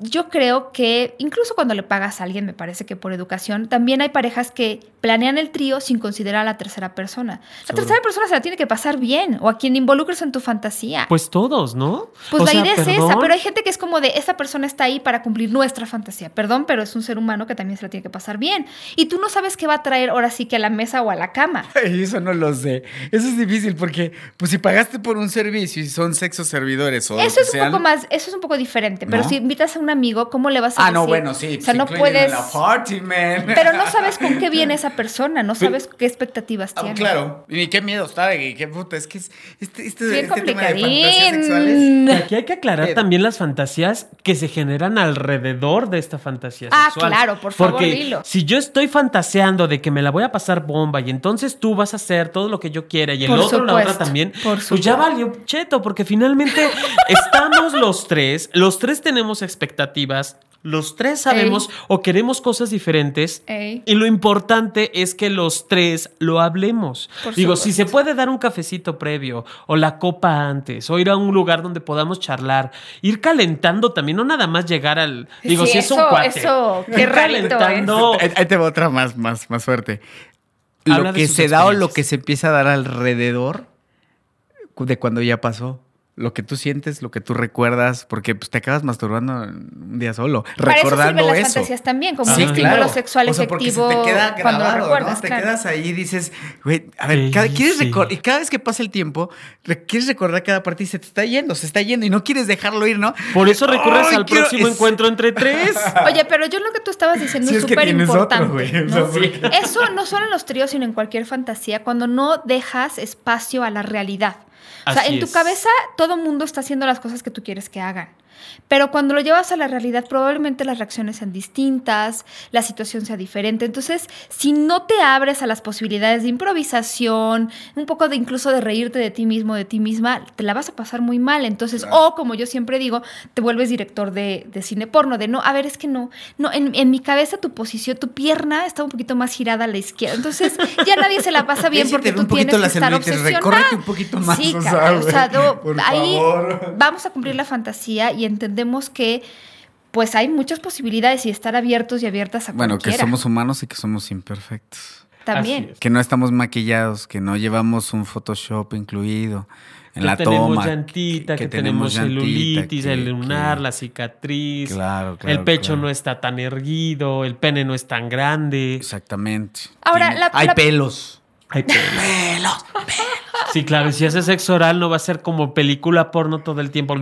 S3: yo creo que incluso cuando le pagas a alguien, me parece que por educación, también hay parejas que planean el trío sin considerar a la tercera persona. La
S2: Sobre.
S3: tercera persona se la tiene que pasar bien, o a quien involucres en tu fantasía.
S2: Pues todos, ¿no?
S3: Pues
S2: O
S3: la
S2: sea,
S3: idea es
S2: perdón.
S3: esa, pero hay gente que es como de, esta persona está ahí para cumplir nuestra fantasía. Perdón, pero es un ser humano que también se la tiene que pasar bien. Y tú no sabes qué va a traer ahora sí que a la mesa o a la cama.
S4: Ay, eso no lo sé. Eso es difícil porque, pues, si pagaste por un servicio y son sexos servidores o lo
S3: Eso
S4: que
S3: es un
S4: sean-
S3: poco más, eso es un poco diferente. Pero
S4: ¿No?
S3: si invitas a un amigo, ¿cómo le vas a
S4: Ah,
S3: decir?
S4: no, bueno, sí.
S3: O sea,
S4: pues,
S3: no
S4: incluyen
S3: puedes.
S4: en la party, man.
S3: Pero no sabes con qué viene esa persona, no
S4: Pero-
S3: sabes qué expectativas
S4: Ah,
S3: tiene.
S4: claro. Y qué miedo está, y qué puta. Es que es, este, este,
S3: Bien
S4: este tema de
S3: complicadín.
S4: fantasías sexuales.
S2: Y aquí hay que aclarar
S4: Pero-
S2: también las fantasías que se generan alrededor de esta fantasía
S3: Ah,
S2: sexual.
S3: claro, por favor,
S2: Porque
S3: dilo.
S2: si yo estoy fantaseando de que me la voy a pasar bomba y entonces tú vas a hacer todo lo que yo quiera y el
S3: Por
S2: otro, la
S3: supuesto,
S2: otra también,
S3: por
S2: pues ya
S3: supuesto.
S2: valió cheto, porque finalmente estamos los tres, los tres tenemos expectativas, los tres sabemos
S3: Ey.
S2: o queremos cosas diferentes.
S3: Ey.
S2: Y lo importante es que los tres lo hablemos.
S3: Por
S2: Digo, si se
S3: supuesto.
S2: puede dar un cafecito previo o la copa antes o ir a un lugar donde podamos charlar, ir calentando también, no nada más llegar al... Digo,
S3: Sí,
S2: si es un
S3: eso-
S2: cuate.
S3: eso, qué
S2: ir
S3: rarito
S2: calentando.
S4: Ahí, ahí te va otra más, más, más fuerte.
S2: Habla
S4: Lo
S2: de
S4: que
S2: sus
S4: se da o lo
S2: experiencias.
S4: que se empieza a dar alrededor de cuando ya pasó. Lo que tú sientes, lo que tú recuerdas, porque pues, te acabas masturbando un día solo,
S3: Para eso
S4: recordando
S3: sirven las
S4: eso.
S3: fantasías también, como
S2: Sí,
S3: un estímulo
S2: claro.
S3: sexual
S4: O sea, porque
S3: efectivo
S4: se te queda
S3: cuando lo
S4: grabado,
S3: recuerdas.
S4: ¿no? Te
S3: claro.
S4: quedas ahí y dices, güey, a ver,
S2: Sí,
S4: cada, quieres
S2: sí.
S4: recor- y cada vez que pasa el tiempo, re- quieres recordar cada parte y se te está yendo, se está yendo y no quieres dejarlo ir, ¿no?
S2: Por eso recurres
S4: Ay,
S2: al
S4: quiero-
S2: próximo
S4: es-
S2: encuentro entre tres.
S3: Oye, pero yo lo que tú estabas diciendo
S4: Sí,
S3: es
S4: es que
S3: súper
S4: tienes otro,
S3: importante.
S4: güey, o
S3: ¿no?
S4: sea, porque-
S3: Eso no solo en los tríos, sino en cualquier fantasía, cuando no dejas espacio a la realidad. O sea,
S2: Así
S3: en tu
S2: es.
S3: cabeza todo mundo está haciendo las cosas que tú quieres que hagan. Pero cuando lo llevas a la realidad, probablemente las reacciones sean distintas, la situación sea diferente. Entonces, si no te abres a las posibilidades de improvisación, un poco de incluso de reírte de ti mismo, de ti misma, te la vas a pasar muy mal. Entonces, o como yo siempre digo, te vuelves director de, de cine porno, de no, a ver, es que no, no, en, en mi cabeza tu posición, tu pierna está un poquito más girada a la izquierda. Entonces, ya nadie se la pasa bien
S4: Ahí sí te
S3: porque
S4: ve
S3: tú
S4: un poquito
S3: tienes
S4: la
S3: que estar
S4: celulitis,
S3: obsesionado.
S4: recórrete un poquito más,
S3: Sí,
S4: o sea,
S3: caray, o sea,
S4: güey,
S3: no,
S4: por
S3: ahí
S4: favor.
S3: vamos a cumplir la fantasía y entendemos que pues hay muchas posibilidades y estar abiertos y abiertas a
S4: Bueno, que
S3: cualquiera.
S4: somos humanos y que somos imperfectos.
S3: También.
S2: Así es.
S4: Que no estamos maquillados, que no llevamos un Photoshop incluido en
S2: Que
S4: la
S2: tenemos
S4: toma.
S2: llantita, que, tenemos
S4: llantita,
S2: celulitis,
S4: que-
S2: el lunar,
S4: que-
S2: la cicatriz.
S4: Claro, claro,
S2: el pecho
S4: claro.
S2: no está tan erguido, el pene no es tan grande.
S4: Exactamente.
S3: Ahora,
S4: Tiene-
S3: la-
S4: hay
S3: la-
S4: pelos.
S2: Hay pelos. Sí, claro, y si haces sexo oral no va a ser como película porno todo el tiempo.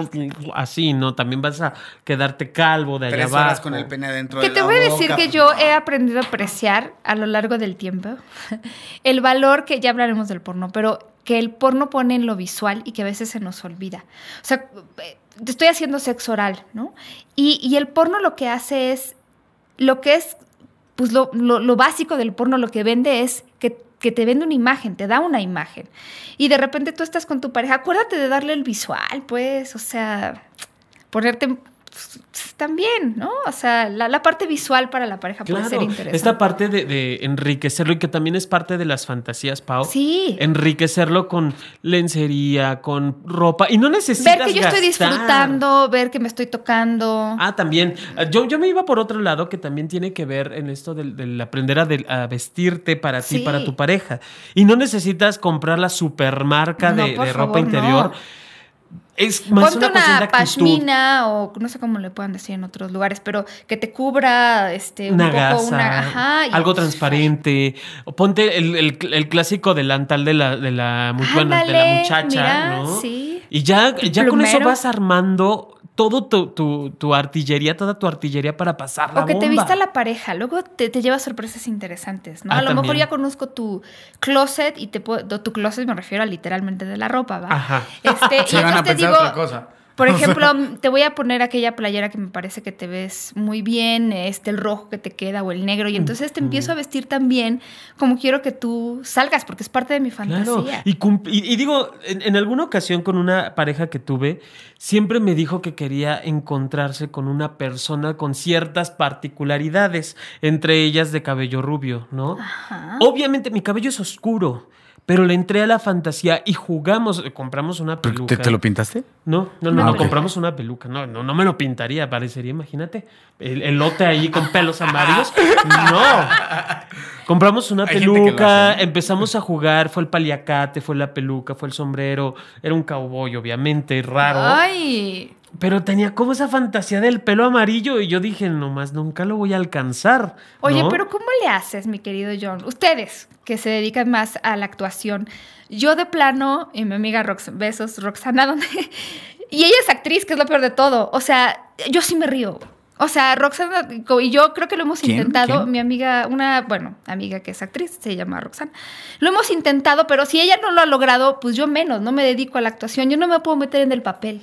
S2: Así, ¿no? También vas a quedarte calvo de allá
S4: Tres
S2: abajo.
S4: horas con el pene adentro
S3: Que
S4: de
S3: te
S4: la
S3: voy a
S4: boca.
S3: decir que yo he aprendido a apreciar a lo largo del tiempo el valor que ya hablaremos del porno, pero que el porno pone en lo visual y que a veces se nos olvida. O sea, eh, te estoy haciendo sexo oral, ¿no? Y, y el porno lo que hace es, lo que es, pues lo, lo, lo básico del porno, lo que vende es que, que te vende una imagen, te da una imagen. Y de repente tú estás con tu pareja, acuérdate de darle el visual, pues, o sea, ponerte... También, ¿no? O sea, la, la parte visual para la pareja puede ser
S2: Claro,
S3: interesante.
S2: esta parte de, de enriquecerlo y que también es parte de las fantasías, Pau.
S3: Sí.
S2: Enriquecerlo con lencería, con ropa. Y no necesitas
S3: Ver que yo estoy
S2: gastar.
S3: disfrutando, ver que me estoy tocando.
S2: Ah, también. Yo, yo me iba por otro lado que también tiene que ver en esto del, del aprender a, de- a vestirte para ti,
S3: Sí.
S2: para tu pareja. Y no necesitas comprar la supermarca
S3: No,
S2: de,
S3: por
S2: de ropa
S3: favor,
S2: interior.
S3: no.
S2: Es más
S3: Ponte
S2: una cuestión de
S3: una
S2: actitud.
S3: pashmina o no sé cómo le puedan decir en otros lugares, pero que te cubra este, un
S2: Una
S3: poco
S2: gasa,
S3: una... Ajá, y-
S2: algo transparente. O ponte el, el- el clásico delantal de la, de la, mu- bueno, de la
S3: Ándale,
S2: muchacha,
S3: mira,
S2: ¿no?
S3: sí.
S2: Y ya,
S3: El
S2: ya con eso
S3: plumero.
S2: vas armando todo tu, tu, tu artillería, toda tu artillería para pasar la
S3: O que te
S2: bomba.
S3: vista la pareja, luego te, te lleva sorpresas interesantes, ¿no?
S2: Ah,
S3: a lo mejor
S2: también.
S3: ya conozco tu closet y te puedo, tu closet me refiero a literalmente de la ropa, ¿va?
S2: Ajá.
S3: Este,
S4: Sí,
S3: y
S4: van a
S3: entonces te
S4: pensar
S3: digo,
S4: otra cosa.
S3: por ejemplo, te voy a poner aquella playera que me parece que te ves muy bien, este, el rojo que te queda o el negro, y entonces te empiezo a vestir también como quiero que tú salgas, porque es parte de mi fantasía.
S2: Claro, y, cum- y- y digo, en, en alguna ocasión con una pareja que tuve, siempre me dijo que quería encontrarse con una persona con ciertas particularidades, entre ellas de cabello rubio, ¿no?
S3: Ajá.
S2: Obviamente mi cabello es oscuro, pero le entré a la fantasía y jugamos, compramos una peluca.
S4: ¿Te, te lo pintaste?
S2: No, no, no,
S4: Ah,
S2: no
S4: ok.
S2: compramos una peluca. No, no, no me lo pintaría, parecería, imagínate. El elote ahí con pelos amarillos. No. Compramos una
S4: Hay gente que lo
S2: peluca,
S4: hace.
S2: empezamos a jugar, fue el paliacate, fue la peluca, fue el sombrero, era un cowboy, obviamente, raro.
S3: Ay.
S2: Pero tenía como esa fantasía del pelo amarillo y yo dije, nomás nunca lo voy a alcanzar.
S3: Oye,
S2: ¿no?
S3: pero ¿cómo le haces, mi querido John? Ustedes, que se dedican más a la actuación. Yo de plano, y mi amiga Rox, besos, Roxana, ¿dónde? Y ella es actriz, que es lo peor de todo. O sea, yo sí me río. O sea, Roxana y yo creo que lo hemos
S4: ¿Quién?
S3: intentado.
S4: ¿Quién?
S3: Mi amiga, una, bueno, amiga que es actriz, se llama Roxana. Lo hemos intentado, pero si ella no lo ha logrado, pues yo menos, no me dedico a la actuación. Yo no me puedo meter en el papel.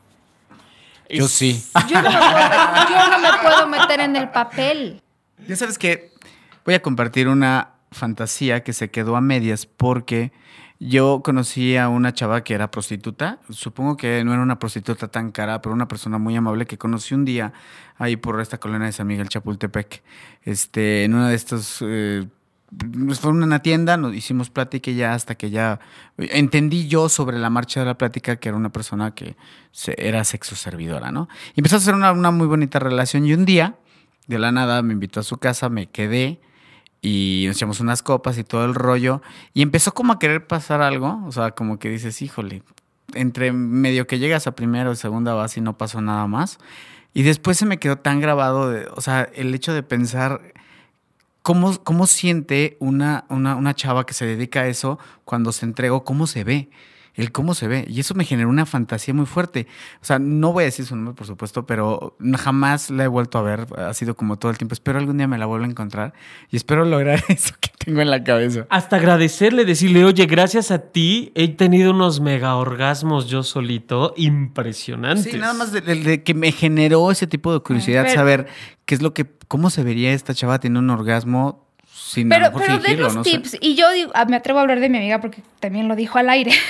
S4: Yo sí.
S3: Yo no me puedo, yo no me puedo meter en el papel.
S4: Ya sabes que voy a compartir una fantasía que se quedó a medias porque yo conocí a una chava que era prostituta. Supongo que no era una prostituta tan cara, pero una persona muy amable que conocí un día ahí por esta colonia de San Miguel Chapultepec. Este, en una de estas... Eh, fue una tienda, nos hicimos plática y ya hasta que ya entendí yo sobre la marcha de la plática que era una persona que se, era sexo servidora, ¿no? Y empezó a hacer una, una muy bonita relación y un día, de la nada, me invitó a su casa, me quedé y nos echamos unas copas y todo el rollo y empezó como a querer pasar algo, o sea, como que dices, híjole, entre medio que llegas a primera o segunda base y no pasó nada más y después se me quedó tan grabado, de, o sea, el hecho de pensar... ¿Cómo, cómo siente una, una, una chava que se dedica a eso cuando se entregó? ¿Cómo se ve? El cómo se ve. Y eso me generó una fantasía muy fuerte. O sea, no voy a decir su nombre, por supuesto, pero jamás la he vuelto a ver. Ha sido como todo el tiempo. Espero algún día me la vuelva a encontrar y espero lograr eso que tengo en la cabeza.
S2: Hasta agradecerle, decirle, oye, gracias a ti he tenido unos mega orgasmos yo solito impresionantes.
S4: Sí, nada más de, de- de que me generó ese tipo de curiosidad,
S3: Pero-
S4: saber qué es lo que, cómo se vería esta chava teniendo un orgasmo sin a
S3: Pero,
S4: lo mejor
S3: pero den
S4: fingirlo,
S3: los
S4: no sé.
S3: tips. Y yo digo, ah, me atrevo a hablar de mi amiga porque también lo dijo al aire.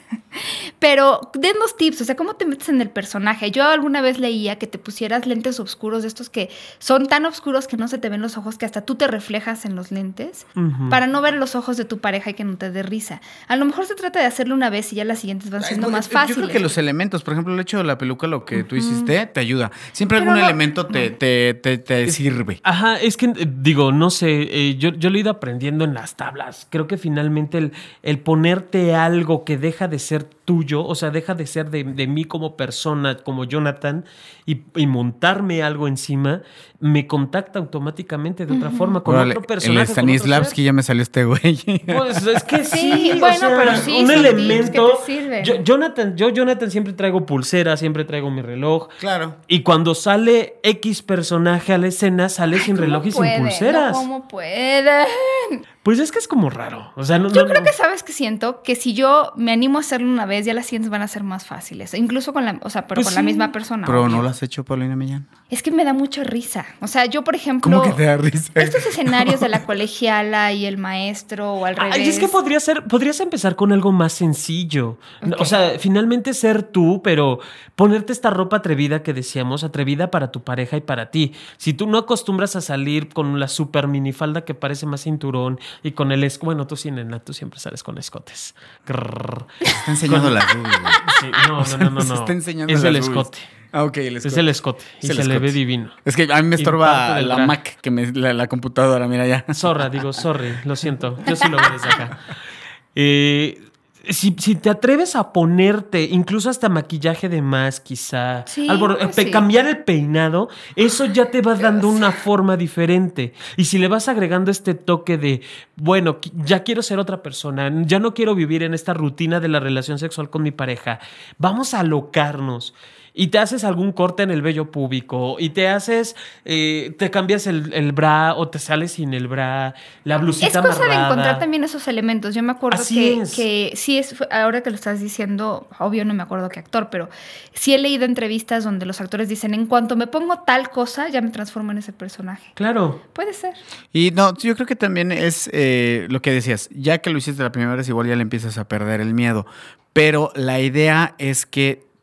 S3: Pero den los tips, o sea, ¿cómo te metes en el personaje? Yo alguna vez leía que te pusieras lentes oscuros de estos que son tan oscuros que no se te ven los ojos, que hasta tú te reflejas en los lentes,
S2: Ujú.
S3: para no ver los ojos de tu pareja y que no te dé risa. A lo mejor se trata de hacerlo una vez y ya las siguientes van
S4: Ay,
S3: siendo
S4: bueno,
S3: más fáciles.
S4: Yo creo que los elementos, por ejemplo, el hecho de la peluca, lo que tú hiciste, te ayuda. Siempre
S3: Pero
S4: algún
S3: no-
S4: elemento te, te, te, te sirve.
S2: Ajá, es que, eh, digo, no sé, eh, yo, yo lo he ido aprendiendo en las tablas. Creo que finalmente el, el ponerte algo que deja de ser tuyo, o sea, deja de ser de, de mí como persona, como Jonathan, y, y montarme algo encima, me contacta automáticamente de otra forma, con
S4: Órale,
S2: otro personaje.
S4: el
S2: con otro
S4: Stanislavski
S2: ser.
S4: ya me salió este güey.
S2: Pues es que sí,
S3: Sí,
S2: o
S3: bueno,
S2: sea,
S3: pero sí,
S2: un
S3: son tips
S2: elemento.
S3: que te sirven.
S2: Yo, Jonathan, yo, Jonathan, siempre traigo pulsera, siempre traigo mi reloj.
S4: Claro.
S2: Y cuando sale X personaje a la escena, sale sin
S3: ¿Cómo
S2: reloj y sin
S3: pueden?
S2: pulseras.
S3: No, ¿cómo pueden?
S2: Pues es que es como raro. O sea, no,
S3: Yo
S2: no,
S3: creo
S2: no.
S3: que sabes que siento que si yo me animo a hacerlo una vez, ya las siguientes van a ser más fáciles. Incluso con la, o sea, pero
S2: Pues
S3: con la
S2: sí.
S3: misma persona.
S4: Pero
S3: obvio.
S4: no lo has hecho, Paulina Millán.
S3: Es que me da mucha risa. O sea, yo, por ejemplo,
S4: ¿Cómo que te da risa?
S3: estos escenarios de la colegiala y el maestro o al revés.
S2: Ay, es que podría ser, podrías empezar con algo más sencillo. No, O sea, finalmente ser tú, pero ponerte esta ropa atrevida que decíamos, atrevida para tu pareja y para ti. Si tú no acostumbras a salir con la super minifalda que parece más cinturón y con el es bueno, tú sí, nena, tú siempre sales con escotes. Grrr.
S4: Está enseñando las boobies, güey.
S2: Sí, no, no, no, no,
S4: Se
S2: no.
S4: está enseñando
S2: Es
S4: las
S2: el
S4: boobies.
S2: escote.
S4: Ah, ok, el escote.
S2: Es el escote.
S4: Es
S2: Y
S4: el
S2: se le
S4: escote.
S2: ve divino.
S4: Es que a mí me
S2: Y
S4: estorba
S2: parte del
S4: la
S2: bra.
S4: Mac, que me, la, la computadora, mira ya.
S2: Zorra, digo, sorry, lo siento. Yo sí lo veo desde acá. Eh, si, si te atreves a ponerte, incluso hasta maquillaje de más, quizá,
S3: Sí,
S2: albor-
S3: pues
S2: pe-
S3: sí.
S2: cambiar el peinado, eso ya te va dando una forma diferente. Y si le vas agregando este toque de, bueno, qui- ya quiero ser otra persona, ya no quiero vivir en esta rutina de la relación sexual con mi pareja, vamos a alocarnos. Y te haces algún corte en el vello púbico, y te haces, eh, te cambias el, el bra o te sales sin el bra, la blusita
S3: Es cosa de
S2: amarrada.
S3: encontrar también esos elementos. Yo me acuerdo
S2: Así
S3: que,
S2: es.
S3: que sí es, ahora que lo estás diciendo, obvio no me acuerdo qué actor, pero sí he leído entrevistas donde los actores dicen, en cuanto me pongo tal cosa, ya me transformo en ese personaje.
S2: Claro.
S3: Puede ser.
S4: Y no, yo creo que también es eh, lo que decías, ya que lo hiciste la primera vez, igual ya le empiezas a perder el miedo. Pero la idea es que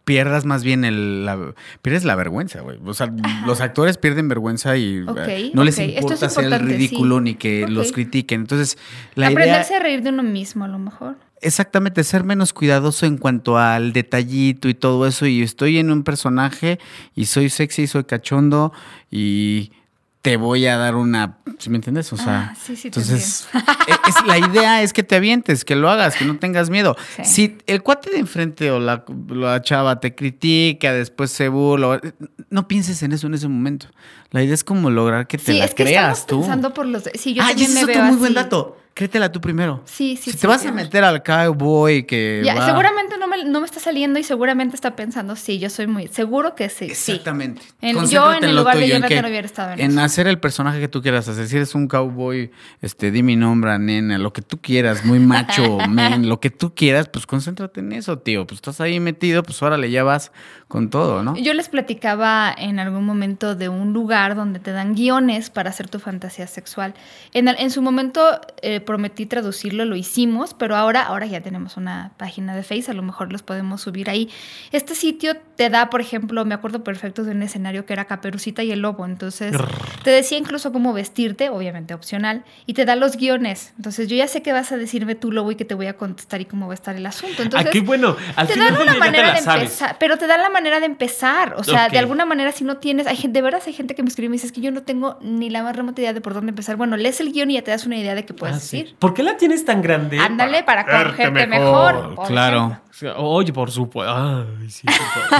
S4: pierdas más bien el... La, pierdes la vergüenza, güey. O sea, Ajá. los actores pierden vergüenza y
S3: okay,
S4: no
S3: okay.
S4: les importa hacer el ridículo sí. ni que okay. los critiquen. Entonces, la
S3: Aprenderse
S4: idea...
S3: a reír de uno mismo, a lo mejor.
S4: Exactamente, ser menos cuidadoso en cuanto al detallito y todo eso. Y estoy en un personaje y soy sexy, soy cachondo y... te voy a dar una, ¿sí me entiendes? O sea,
S3: ah, sí, sí,
S4: entonces es, la idea es que te avientes, que lo hagas, que no tengas miedo. Sí. Si el cuate de enfrente o la, la chava te critica, después se burla, no pienses en eso en ese momento. La idea es como lograr que te
S3: sí,
S4: la
S3: es que
S4: creas tú.
S3: Pensando por los, sí, yo
S4: ah,
S3: también
S4: y ese
S3: me
S4: es
S3: veo
S4: otro muy
S3: así.
S4: buen dato. Créetela tú primero.
S3: Sí, sí,
S4: Si
S3: sí,
S4: te vas
S3: sí.
S4: a meter al cowboy que
S3: ya,
S4: va...
S3: seguramente no me, no me está saliendo y seguramente está pensando, sí, yo soy muy... Seguro que sí.
S4: Exactamente.
S3: Sí. En, yo en el lugar tuyo, de Jonathan no hubiera estado en,
S4: en
S3: eso.
S4: hacer el personaje que tú quieras hacer. Si eres un cowboy, este, di mi nombre, nena, lo que tú quieras, muy macho, men, lo que tú quieras, pues concéntrate en eso, tío. Pues estás ahí metido, pues órale, ya vas con todo, ¿no?
S3: Yo les platicaba en algún momento de un lugar donde te dan guiones para hacer tu fantasía sexual. En, en su momento eh, prometí traducirlo, lo hicimos, pero ahora, ahora ya tenemos una página de Facebook, a lo mejor los podemos subir ahí. Este sitio te da, por ejemplo, me acuerdo perfecto de un escenario que era Caperucita y el Lobo, entonces te decía incluso cómo vestirte, obviamente opcional, y te da los guiones. Entonces yo ya sé que vas a decirme tú, Lobo, y que te voy a contestar y cómo va a estar el asunto. Entonces,
S2: ah, qué bueno. Al
S3: te
S2: final
S3: dan una
S2: del día
S3: manera
S2: ya te
S3: de
S2: la
S3: empezar,
S2: sabes.
S3: pero te dan la manera de empezar. O sea,
S2: okay.
S3: de alguna manera, si no tienes, hay gente, de veras hay gente que me escribe y me dice, es que yo no tengo ni la más remota idea de por dónde empezar. Bueno, lees el guión y ya te das una idea de qué puedes
S2: ah,
S3: decir.
S2: Sí. ¿Por qué la tienes tan grande?
S3: Ándale, para, para cogerte
S2: mejor.
S3: mejor
S4: claro.
S3: ejemplo.
S2: Oye, por supuesto. Ay, sí,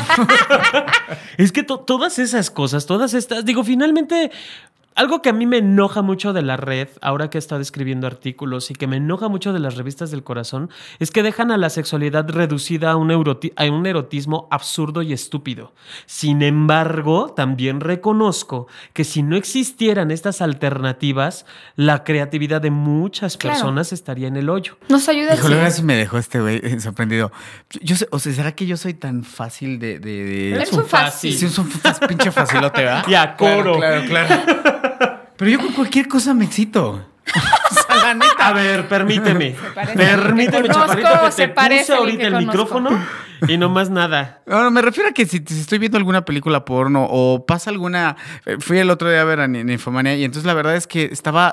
S2: es que to- todas esas cosas, todas estas, digo, finalmente, algo que a mí me enoja mucho de la red, ahora que he estado escribiendo artículos y que me enoja mucho de las revistas del corazón, es que dejan a la sexualidad reducida a un, euroti- a un erotismo absurdo y estúpido. Sin embargo, también reconozco que si no existieran estas alternativas, la creatividad de muchas personas claro. estaría en el hoyo.
S3: Nos ayuda.
S4: Híjole, ahora sí me dejó este güey sorprendido. Yo sé, o sea, ¿será que yo soy tan fácil de... de, de...
S3: Eres un fácil.
S4: Sí, es un pinche facilote, ¿verdad?
S2: Y a coro.
S4: Claro, claro, claro. Pero yo con cualquier cosa me excito. O sea, la neta.
S2: A ver, permíteme.
S3: parece,
S2: permíteme, chaparrito, que te puse ahorita el
S3: conozco.
S2: micrófono y no más nada.
S4: No, me refiero a que si, si estoy viendo alguna película porno o pasa alguna... Fui el otro día a ver a Ninfomania y entonces la verdad es que estaba...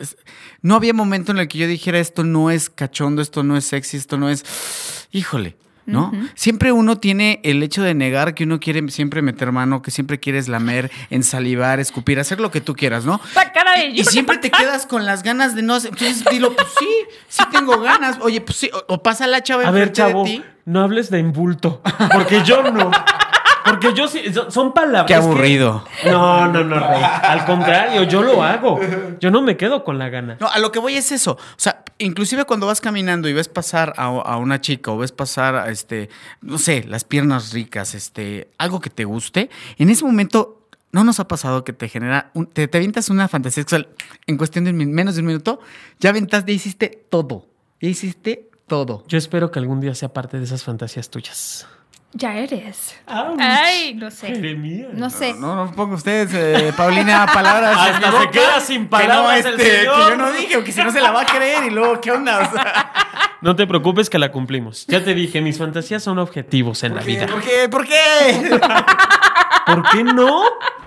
S4: No había momento en el que yo dijera esto no es cachondo, esto no es sexy, esto no es... Híjole. ¿No? Uh-huh. Siempre uno tiene el hecho de negar que uno quiere siempre meter mano, que siempre quieres lamer, ensalivar, escupir, hacer lo que tú quieras, ¿no?
S3: Y,
S4: y siempre te quedas con las ganas de no hacer. Entonces dilo, pues sí, sí tengo ganas. Oye, pues sí, o, o pasa la chava
S2: a ver,
S4: enfrente
S2: chavo,
S4: de ti.
S2: No hables de embulto, porque yo no. Porque yo sí, son palabras.
S4: Qué aburrido.
S2: Que... No, no, no, Rey. Al contrario, yo lo hago. Yo no me quedo con la gana.
S4: No, a lo que voy es eso. O sea, inclusive cuando vas caminando y ves pasar a, a una chica o ves pasar a este, no sé, las piernas ricas, este, algo que te guste, en ese momento ¿no nos ha pasado que te genera, un, te, te avientas una fantasía sexual en cuestión de un, menos de un minuto? Ya aventas, ya hiciste todo. Ya hiciste todo.
S2: Yo espero que algún día sea parte de esas fantasías tuyas.
S3: Ya eres.
S2: Ouch.
S3: Ay, no sé.
S2: Jeremías.
S3: No sé.
S4: No, no, no pongan ustedes, eh, Paulina, palabras.
S2: Hasta se queda sin palabras
S4: que no,
S2: el
S4: este,
S2: señor.
S4: que yo no dije, que si no se la va a creer y luego, ¿qué onda? O sea,
S2: no te preocupes que la cumplimos. Ya te dije, mis fantasías son objetivos en
S4: ¿por
S2: la
S4: qué?
S2: vida.
S4: ¿Por qué? ¿Por qué?
S2: ¿Por qué no?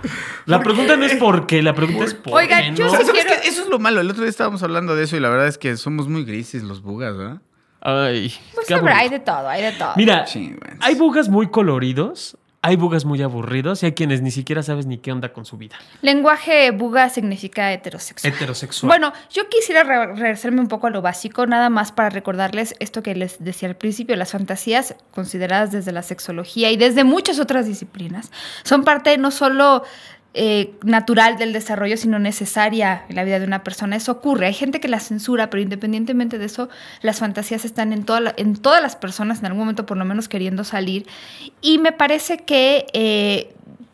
S2: La pregunta no es por qué, la pregunta es por
S3: Oigan,
S2: qué no.
S3: yo sí
S4: ¿Sabes
S3: quiero...
S4: qué? Eso es lo malo. El otro día estábamos hablando de eso y la verdad es que somos muy grises los bugas, ¿verdad?
S2: Ay,
S3: Pues
S2: qué
S3: sobre,
S2: aburrido.
S3: hay de todo, hay de todo.
S2: Mira,
S4: Sí, bueno.
S2: hay bugas muy coloridos, hay bugas muy aburridos y hay quienes ni siquiera sabes ni qué onda con su vida.
S3: Lenguaje buga significa heterosexual.
S2: Heterosexual.
S3: Bueno, yo quisiera re- regresarme un poco a lo básico, nada más para recordarles esto que les decía al principio, las fantasías consideradas desde la sexología y desde muchas otras disciplinas son parte no solo eh, natural del desarrollo, sino necesaria en la vida de una persona. Eso ocurre. Hay gente que la censura, pero independientemente de eso, las fantasías están en, toda la, en todas las personas, en algún momento por lo menos queriendo salir. Y me parece que... Eh,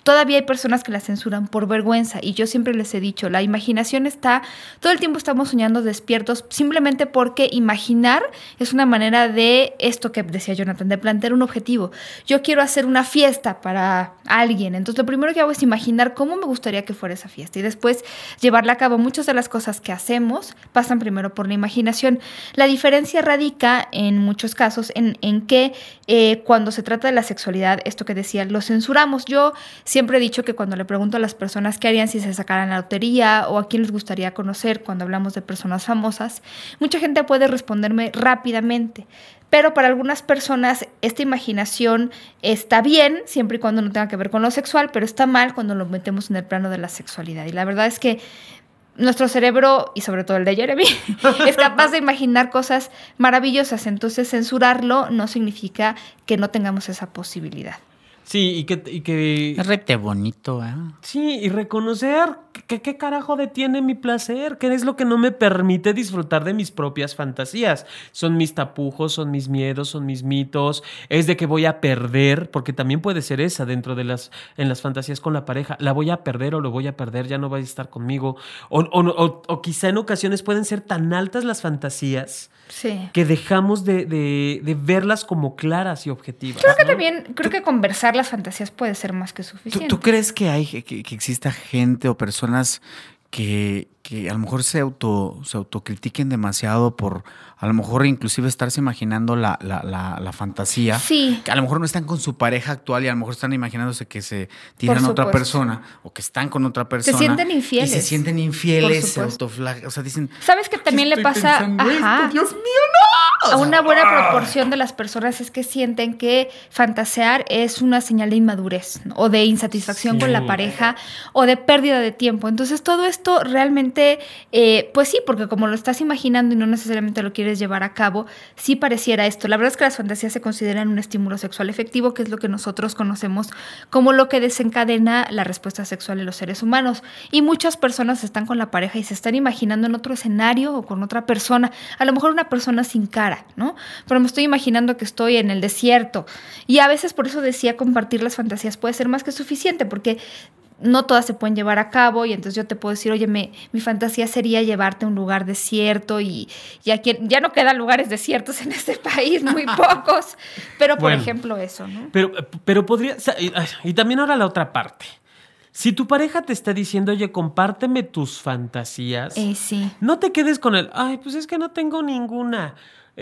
S3: todavía hay personas que la censuran por vergüenza y yo siempre les he dicho, la imaginación está, todo el tiempo estamos soñando despiertos simplemente porque imaginar es una manera de esto que decía Jonathan, de plantear un objetivo. Yo quiero hacer una fiesta para alguien, entonces lo primero que hago es imaginar cómo me gustaría que fuera esa fiesta y después llevarla a cabo. Muchas de las cosas que hacemos pasan primero por la imaginación. La diferencia radica en muchos casos en, en que eh, cuando se trata de la sexualidad, esto que decía, lo censuramos. Yo siempre he dicho que cuando le pregunto a las personas qué harían si se sacaran la lotería o a quién les gustaría conocer cuando hablamos de personas famosas, mucha gente puede responderme rápidamente. Pero para algunas personas esta imaginación está bien siempre y cuando no tenga que ver con lo sexual, pero está mal cuando lo metemos en el plano de la sexualidad. Y la verdad es que nuestro cerebro, y sobre todo el de Jeremy, es capaz de imaginar cosas maravillosas. Entonces censurarlo no significa que no tengamos esa posibilidad.
S2: Sí, y que... Y que...
S4: Es rete bonito, ¿eh?
S2: Sí, y reconocer que qué carajo detiene mi placer, qué es lo que no me permite disfrutar de mis propias fantasías. Son mis tapujos, son mis miedos, son mis mitos, es de que voy a perder, porque también puede ser esa dentro de las, en las fantasías con la pareja, la voy a perder o lo voy a perder, ya no va a estar conmigo. O, o, o, o quizá en ocasiones pueden ser tan altas las fantasías
S3: Sí.
S2: que dejamos de, de, de verlas como claras y objetivas.
S3: Creo que
S2: ¿no?
S3: también, creo que conversar las fantasías puede ser más que
S4: ¿Tú,
S3: suficiente.
S4: tú crees que hay que, que exista gente o personas que, que a lo mejor se auto se autocritiquen demasiado por a lo mejor inclusive estarse imaginando la, la, la, la fantasía?
S3: Sí.
S4: Que a lo mejor no están con su pareja actual y a lo mejor están imaginándose que se tiran
S3: Por
S4: a otra
S3: supuesto.
S4: persona o que están con otra persona.
S3: sienten infieles.
S4: Y se sienten infieles,
S3: Por
S4: se
S3: supuesto.
S4: autoflagelan, o sea, dicen...
S3: ¿Sabes que también le
S4: estoy
S3: pasa?
S4: pensando
S3: Ajá.
S4: esto, Dios mío, no. O
S3: A
S4: sea,
S3: una buena
S4: ¡ah!
S3: proporción de las personas es que sienten que fantasear es una señal de inmadurez, ¿no? O de insatisfacción
S2: Sí.
S3: con la pareja o de pérdida de tiempo. Entonces todo esto realmente, eh, pues sí, porque como lo estás imaginando y no necesariamente lo quieres llevar a cabo, sí pareciera esto. La verdad es que las fantasías se consideran un estímulo sexual efectivo, que es lo que nosotros conocemos como lo que desencadena la respuesta sexual en los seres humanos. Y muchas personas están con la pareja y se están imaginando en otro escenario o con otra persona, a lo mejor una persona sin cara, ¿no? Pero me estoy imaginando que estoy en el desierto. Y a veces por eso decía compartir las fantasías puede ser más que suficiente, porque no todas se pueden llevar a cabo y entonces yo te puedo decir, oye, me, mi fantasía sería llevarte a un lugar desierto y, y aquí ya no quedan lugares desiertos en este país, muy pocos, pero por
S2: Bueno,
S3: ejemplo eso, ¿no?
S2: Pero, pero podría... Y, y también ahora la otra parte. Si tu pareja te está diciendo, oye, compárteme tus fantasías,
S3: Eh, sí.
S2: no te quedes con el, ay, pues es que no tengo ninguna.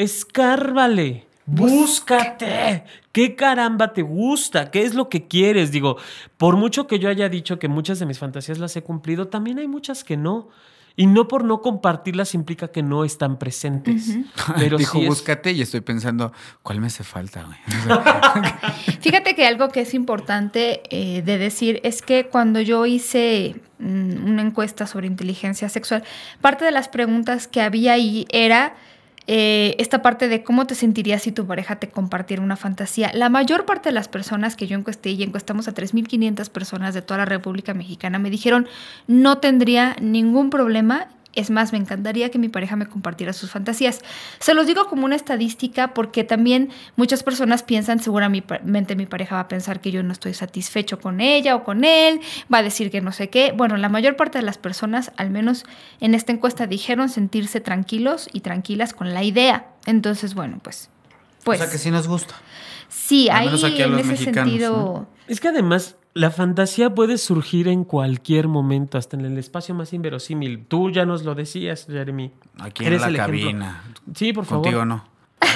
S2: Escárvale. Búscate. ¿Qué caramba te gusta? ¿Qué es lo que quieres? Digo, por mucho que yo haya dicho que muchas de mis fantasías las he cumplido, también hay muchas que no. Y no por no compartirlas implica que no están presentes.
S3: Ujú.
S2: Pero
S4: dijo,
S2: sí es-
S4: búscate, y estoy pensando, ¿cuál me hace falta, güey? O sea,
S3: Fíjate que algo que es importante eh, de decir es que cuando yo hice mm, una encuesta sobre inteligencia sexual, parte de las preguntas que había ahí era eh, esta parte de cómo te sentirías si tu pareja te compartiera una fantasía. La mayor parte de las personas que yo encuesté, y encuestamos a tres mil quinientas personas de toda la República Mexicana, me dijeron no tendría ningún problema. Es más, me encantaría que mi pareja me compartiera sus fantasías. Se los digo como una estadística porque también muchas personas piensan, seguramente mi pareja va a pensar que yo no estoy satisfecho con ella o con él, va a decir que no sé qué. Bueno, la mayor parte de las personas, al menos en esta encuesta, dijeron sentirse tranquilos y tranquilas con la idea. Entonces, bueno, pues... pues
S4: o sea, que sí nos gusta.
S3: sí,
S4: al
S3: ahí
S4: menos aquí a
S3: en
S4: los
S3: ese
S4: mexicanos,
S3: sentido...
S4: ¿no?
S2: Es que además la fantasía puede surgir en cualquier momento, hasta en el espacio más inverosímil. Tú ya nos lo decías, Jeremy.
S4: Aquí
S2: Eres
S4: en la
S2: el ejemplo.
S4: cabina.
S2: Sí, por favor.
S4: Contigo no.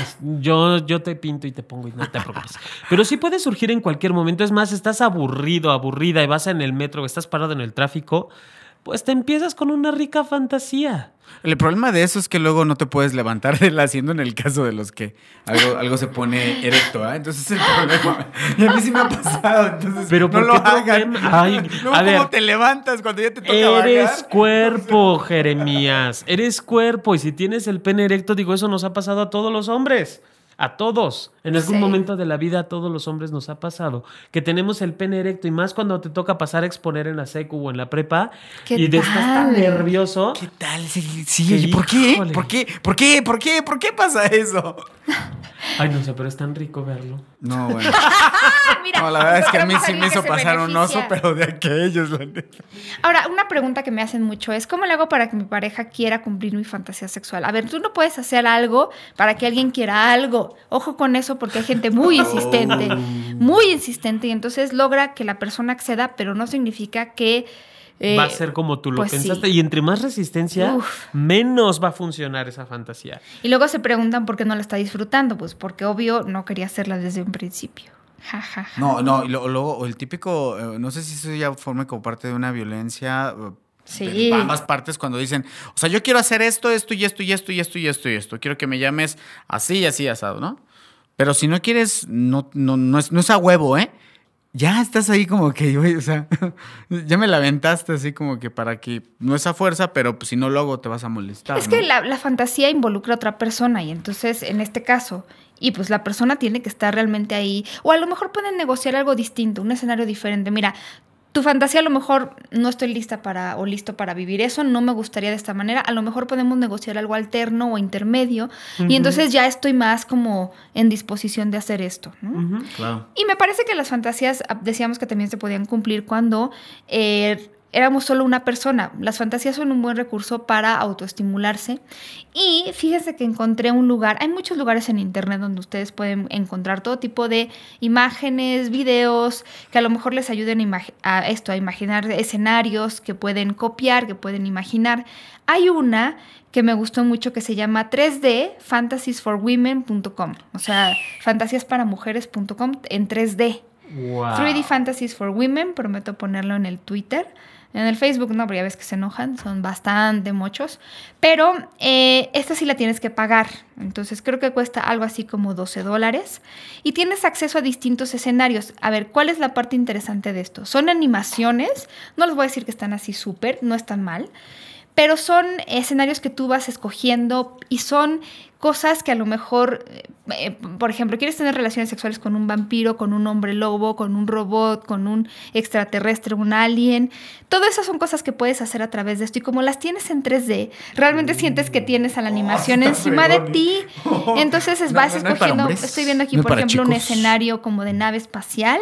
S2: Yo, yo te pinto y te pongo y no te preocupes. Pero sí puede surgir en cualquier momento. Es más, estás aburrido, aburrida y vas en el metro o estás parado en el tráfico, pues te empiezas con una rica fantasía.
S4: El problema de eso es que luego no te puedes levantar del asiento en el caso de los que algo, algo se pone erecto, ¿eh? Entonces es el problema. Y a mí sí me ha pasado, entonces
S2: Pero
S4: no
S2: ¿por
S4: lo
S2: qué
S4: hagan.
S2: problema? Ay,
S4: Luego,
S2: a
S4: ¿cómo
S2: ver.
S4: te levantas cuando ya te toca
S2: Eres
S4: bajar?
S2: cuerpo, Jeremías. Eres cuerpo. Y si tienes el pene erecto, digo, eso nos ha pasado a todos los hombres. A todos. En algún
S3: Sí.
S2: momento de la vida a todos los hombres nos ha pasado. Que tenemos el pene erecto. Y más cuando te toca pasar a exponer en la secu o en la prepa.
S3: ¿Qué
S2: Y de estás tan
S3: tal?
S2: nervioso.
S4: ¿Qué tal? Sí, sí,
S2: ¿Qué
S4: oye, ¿por qué?
S2: híjole?
S4: ¿Por qué? ¿Por qué? ¿Por qué? ¿Por qué pasa eso?
S2: Ay, no sé, pero es tan rico verlo.
S4: No, bueno.
S3: Mira,
S4: No, la verdad es que a mí sí
S3: alguien
S4: me hizo
S3: que se
S4: pasar un oso,
S3: beneficia.
S4: pero de aquellos, la neta.
S3: Ahora, una pregunta que me hacen mucho es, ¿cómo le hago para que mi pareja quiera cumplir mi fantasía sexual? A ver, tú no puedes hacer algo para que alguien quiera algo. Ojo con eso porque hay gente muy insistente, muy insistente, y entonces logra que la persona acceda, pero no significa que... eh,
S2: va a ser como tú lo
S3: pues
S2: pensaste.
S3: sí.
S2: Y entre más resistencia,
S3: Uf.
S2: menos va a funcionar esa fantasía.
S3: Y luego se preguntan por qué no la está disfrutando, pues porque obvio no quería hacerla desde un principio. Ja, ja, ja.
S4: No, no, y lo- luego el típico, eh, no sé si eso ya forma como parte de una violencia. eh,
S3: Sí.
S4: De ambas partes cuando dicen, o sea, yo quiero hacer esto, esto y esto y esto y esto y esto y esto. Quiero que me llames así y así asado, ¿no? Pero si no quieres, no, no, no, es, no es a huevo, ¿eh? Ya estás ahí como que, güey, o sea, ya me la aventaste así como que para que no es a fuerza, pero pues, si no lo hago te vas a molestar.
S3: Es
S4: ¿no?
S3: que la, la fantasía involucra a otra persona y entonces en este caso, y pues la persona tiene que estar realmente ahí, o a lo mejor pueden negociar algo distinto, un escenario diferente. Mira, tu fantasía a lo mejor no estoy lista para o listo para vivir eso, no me gustaría de esta manera, a lo mejor podemos negociar algo alterno o intermedio
S2: Ujú.
S3: y entonces ya estoy más como en disposición de hacer esto, ¿no?
S2: Ujú.
S4: Claro.
S3: Y me parece que las fantasías, ah, decíamos que también se podían cumplir cuando eh, éramos solo una persona. Las fantasías son un buen recurso para autoestimularse. Y fíjense que encontré un lugar, hay muchos lugares en internet donde ustedes pueden encontrar todo tipo de imágenes, videos, que a lo mejor les ayuden a, imagi- a esto, a imaginar escenarios que pueden copiar, que pueden imaginar. Hay una que me gustó mucho que se llama tres D fantasies for women punto com, o sea, fantasías para mujeres punto com en tres D.
S2: Wow.
S3: tres D Fantasies for Women, prometo ponerlo en el Twitter. En el Facebook no, pero ya ves que se enojan, son bastante muchos. Pero eh, esta sí la tienes que pagar. Entonces creo que cuesta algo así como doce dólares. Y tienes acceso a distintos escenarios. A ver, ¿cuál es la parte interesante de esto? Son animaciones, no les voy a decir que están así súper, no están mal. Pero son escenarios que tú vas escogiendo y son cosas que a lo mejor, eh, por ejemplo, quieres tener relaciones sexuales con un vampiro, con un hombre lobo, con un robot, con un extraterrestre, un alien. Todas esas son cosas que puedes hacer a través de esto. Y como las tienes en tres D, realmente sientes que tienes a la animación
S4: está
S3: encima de
S4: fregón.
S3: ti. Entonces
S4: No,
S3: vas
S4: no, no hay para
S3: escogiendo,
S4: hombres.
S3: estoy viendo aquí,
S4: No hay
S3: por
S4: para
S3: ejemplo, un
S4: chicos.
S3: escenario como de nave espacial,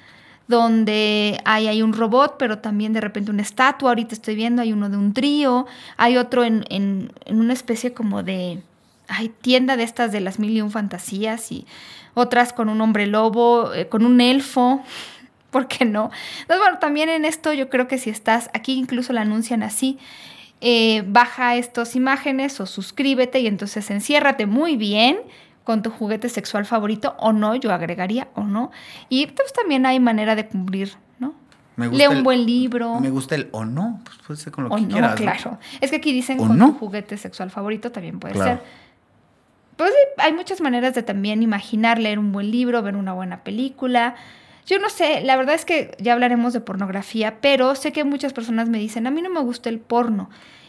S3: donde hay, hay un robot, pero también de repente una estatua. Ahorita estoy viendo, hay uno de un trío, hay otro en, en, en una especie como de hay tienda de estas de las mil y un fantasías, y otras con un hombre lobo, eh, con un elfo. ¿Por qué no? Entonces, bueno, también en esto yo creo que si estás, aquí incluso la anuncian así, eh, baja estas imágenes o suscríbete y entonces enciérrate muy bien con tu juguete sexual favorito o no, yo agregaría o no. Y pues también hay manera de cumplir, ¿no?
S4: Me gusta
S3: Lee un
S4: el-
S3: buen libro.
S4: Me gusta el o no, pues puede ser con lo
S3: o
S4: que
S3: no,
S4: quieras. ¿no?
S3: claro. Es que aquí dicen
S4: ¿O
S3: con
S4: no?
S3: tu juguete sexual favorito también puede
S4: Claro.
S3: ser. Pues sí, hay muchas maneras de también imaginar, leer un buen libro, ver una buena película. Yo no sé, la verdad es que ya hablaremos de pornografía, pero sé que muchas personas me dicen, a mí no me gusta el porno.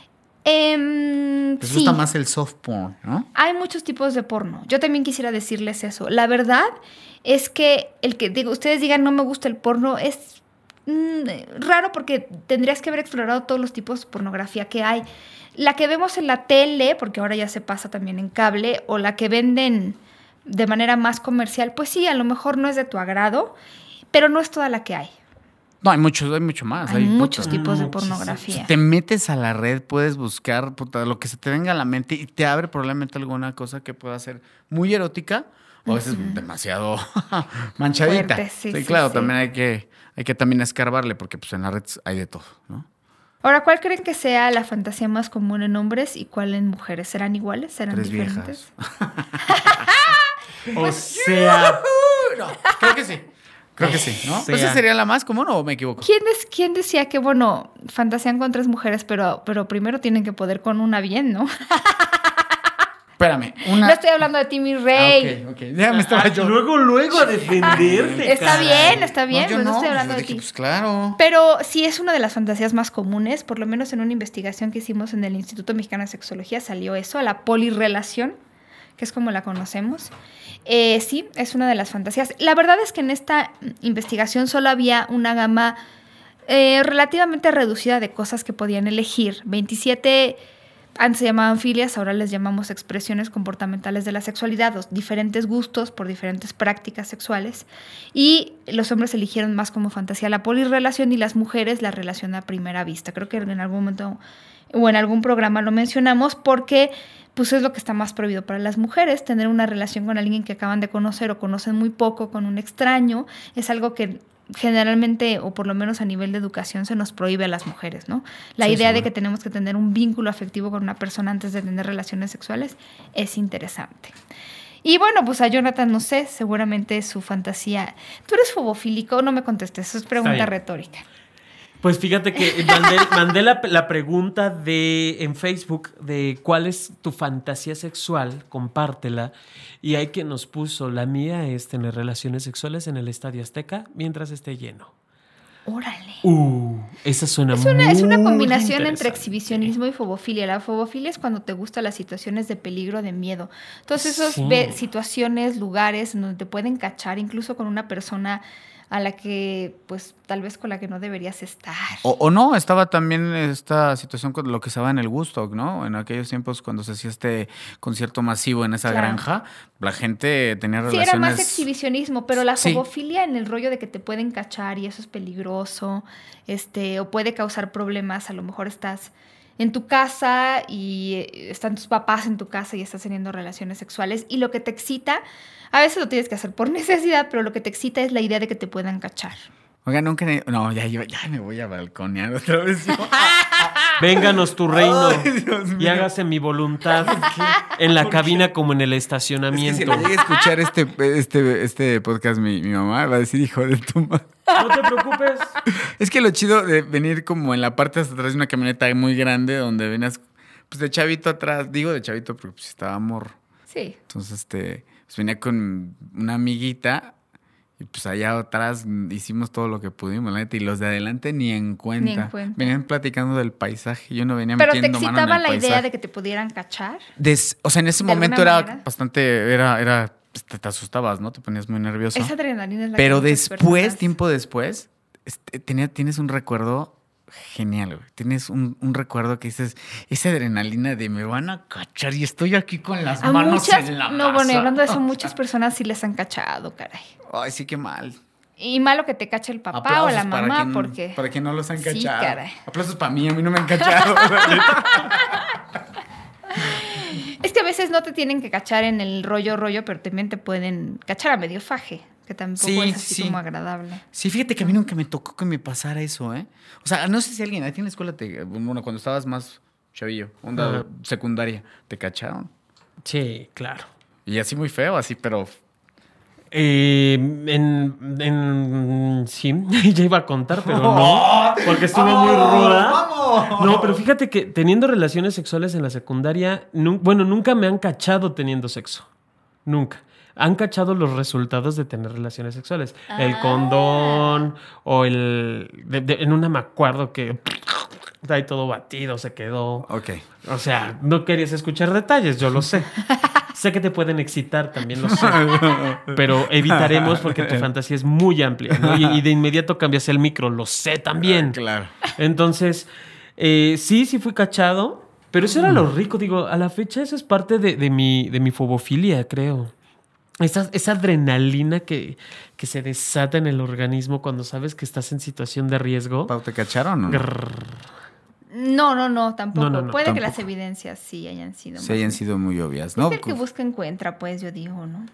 S3: Em,
S4: Les
S3: sí,
S4: gusta más el soft porn, ¿no?
S3: hay muchos tipos de porno. Yo también quisiera decirles eso. La verdad es que el que digo, ustedes digan no me gusta el porno es mm, raro porque tendrías que haber explorado todos los tipos de pornografía que hay. La que vemos en la tele, porque ahora ya se pasa también en cable, o la que venden de manera más comercial, pues sí, a lo mejor no es de tu agrado, pero no es toda la que hay.
S4: No, hay mucho, hay mucho más.
S3: Hay muchos
S4: puta,
S3: tipos de
S2: muchísimo.
S3: pornografía.
S4: Si te metes a la red, puedes buscar puta, lo que se te venga a la mente y te abre probablemente alguna cosa que pueda ser muy erótica o a veces demasiado manchadita.
S3: Fuerte, sí, sí,
S4: claro,
S3: sí.
S4: también hay que, hay que también escarbarle porque pues en la red hay de todo, ¿no?
S3: Ahora, ¿cuál creen que sea la fantasía más común en hombres y cuál en mujeres? ¿Serán iguales? ¿Serán
S4: Tres
S3: diferentes?
S4: viejas.
S2: O sea,
S4: No, creo que sí. Creo que sí, ¿no?
S2: O sea.
S4: ¿Esa sería la más común o me equivoco?
S3: ¿Quién, es, ¿Quién decía que, bueno, fantasean con tres mujeres, pero, pero primero tienen que poder con una bien, ¿no?
S4: Espérame, una...
S3: No estoy hablando de Timmy Rey.
S4: Ah, ok, ok. Ya me estaba
S2: ah,
S4: yo.
S2: luego, luego a defenderte.
S3: Está
S2: caray.
S3: bien, está bien,
S4: No, yo
S3: pues no,
S4: no.
S3: estoy hablando
S4: Yo
S3: de
S4: dije,
S3: ti.
S4: pues claro.
S3: Pero sí es una de las fantasías más comunes, por lo menos en una investigación que hicimos en el Instituto Mexicano de Sexología salió eso, la polirrelación, que es como la conocemos. Eh, sí, es una de las fantasías. La verdad es que en esta investigación solo había una gama eh, relativamente reducida de cosas que podían elegir. veintisiete antes se llamaban filias, ahora les llamamos expresiones comportamentales de la sexualidad, los diferentes gustos por diferentes prácticas sexuales. Y los hombres eligieron más como fantasía la polirrelación y las mujeres la relación a primera vista. Creo que en algún momento o en algún programa lo mencionamos porque pues es lo que está más prohibido para las mujeres. Tener una relación con alguien que acaban de conocer o conocen muy poco, con un extraño, es algo que generalmente, o por lo menos a nivel de educación, se nos prohíbe a las mujeres, ¿no? La
S4: Sí,
S3: idea
S4: seguro.
S3: de que tenemos que tener un vínculo afectivo con una persona antes de tener relaciones sexuales es interesante. Y bueno, pues a Jonathan, no sé, seguramente su fantasía... ¿Tú eres fobofílico? No me contestes, eso es pregunta
S2: bien.
S3: retórica.
S2: Pues fíjate que mandé, mandé la, la pregunta de, en Facebook de cuál es tu fantasía sexual, compártela. Y hay quien nos puso, la mía es tener relaciones sexuales en el Estadio Azteca mientras esté lleno.
S3: Órale.
S2: Uh, esa suena
S3: Es una,
S2: muy
S3: es una combinación entre
S2: interesante.
S3: exhibicionismo y fobofilia. La fobofilia es cuando te gustan las situaciones de peligro, de miedo. Entonces, esas
S2: Sí.
S3: situaciones, lugares en donde te pueden cachar, incluso con una persona a la que, pues, tal vez con la que no deberías estar.
S4: O, o no, estaba también esta situación con lo que se daba en el Woodstock, ¿no? En aquellos tiempos cuando se hacía este concierto masivo en esa
S3: Claro.
S4: granja, la gente tenía
S3: Sí,
S4: relaciones...
S3: era más exhibicionismo, pero la
S4: Sí.
S3: fobofilia en el rollo de que te pueden cachar y eso es peligroso, este, o puede causar problemas. A lo mejor estás en tu casa y eh, están tus papás en tu casa y estás teniendo relaciones sexuales y lo que te excita, a veces lo tienes que hacer por necesidad, pero lo que te excita es la idea de que te puedan cachar.
S4: Oiga, nunca... No, ya, iba- ya me voy a balconear otra vez. yo.
S2: Vénganos tu reino
S4: Ay, Dios
S2: y
S4: mío.
S2: hágase mi voluntad en la cabina como en el
S4: Es que
S2: estacionamiento.
S4: si le llega a escuchar este, este, este podcast mi, mi mamá, va a decir, hijo de tu madre.
S2: No te preocupes.
S4: Es que lo chido de venir como en la parte hasta atrás de una camioneta muy grande donde venías pues de chavito atrás, digo de chavito porque pues estaba morro.
S3: Sí.
S4: Entonces este pues venía con una amiguita y pues allá atrás hicimos todo lo que pudimos, la neta, y los de adelante ni en cuenta.
S3: Ni en cuenta.
S4: Venían platicando del paisaje, yo no venía
S3: Pero te
S4: metiendo mano en
S3: excitaba
S4: el
S3: la idea
S4: paisaje.
S3: de que te pudieran cachar.
S4: Des- o sea, en ese
S3: ¿De
S4: momento
S3: alguna
S4: era
S3: manera?
S4: bastante era era pues, te, te asustabas, ¿no? Te ponías muy nervioso.
S3: Esa adrenalina es la
S4: Pero
S3: que muchas
S4: después,
S3: personas-
S4: tiempo después, este, tenía, tienes un recuerdo genial, güey. Tienes un, un recuerdo que dices, esa adrenalina de me van a cachar y estoy aquí con las
S3: A
S4: manos
S3: muchas,
S4: en la
S3: no, bueno, y
S4: masa.
S3: hablando de eso, muchas personas sí les han cachado, caray.
S4: Ay, sí, qué mal.
S3: Y malo que te cache el papá
S4: Aplausos
S3: o la
S4: para
S3: mamá,
S4: quien-
S3: porque...
S4: Para que no los han
S3: Sí,
S4: cachado.
S3: caray.
S4: Aplausos para mí, a mí no me han cachado.
S3: Es que a veces no te tienen que cachar en el rollo rollo, pero también te pueden cachar a medio faje, que tampoco
S4: Sí,
S3: es así
S4: sí.
S3: como agradable.
S4: Sí, fíjate que a mí nunca me tocó que me pasara eso, ¿eh? O sea, no sé si alguien, a ti en la escuela, te, bueno, cuando estabas más chavillo, onda
S2: Ajá.
S4: secundaria, ¿te cacharon?
S2: Sí, claro.
S4: Y así muy feo, así, pero...
S2: Eh, en, en- sí, ya iba a contar, pero no, porque estuvo muy ruda. No, pero fíjate que teniendo relaciones sexuales en la secundaria, nu- bueno, nunca me han cachado teniendo sexo. Nunca. Han cachado los resultados de tener relaciones sexuales. El
S3: Ah.
S2: condón o el... de- de- en una me acuerdo que... ahí todo batido se quedó.
S4: Ok.
S2: O sea, no querías escuchar detalles, yo lo sé. Sé que te pueden excitar, también lo sé. Pero evitaremos porque tu fantasía es muy amplia, ¿no? Y, y de inmediato cambias el micro, lo sé también.
S4: Claro.
S2: Entonces, eh, sí, sí fui cachado, pero eso era lo rico. Digo, a la fecha eso es parte de, de mi, de mi fobofilia, creo. Esa, esa adrenalina que, que se desata en el organismo cuando sabes que estás en situación de riesgo.
S4: ¿Pau, te cacharon o no?
S2: Grrr.
S3: No, no, no, tampoco.
S2: No, no, no,
S3: Puede que
S4: tampoco.
S3: las evidencias sí hayan sido.
S4: Sí,
S3: más-
S4: hayan sido muy obvias,
S3: Es
S4: ¿no?
S3: que el que busca encuentra, pues yo digo, ¿no?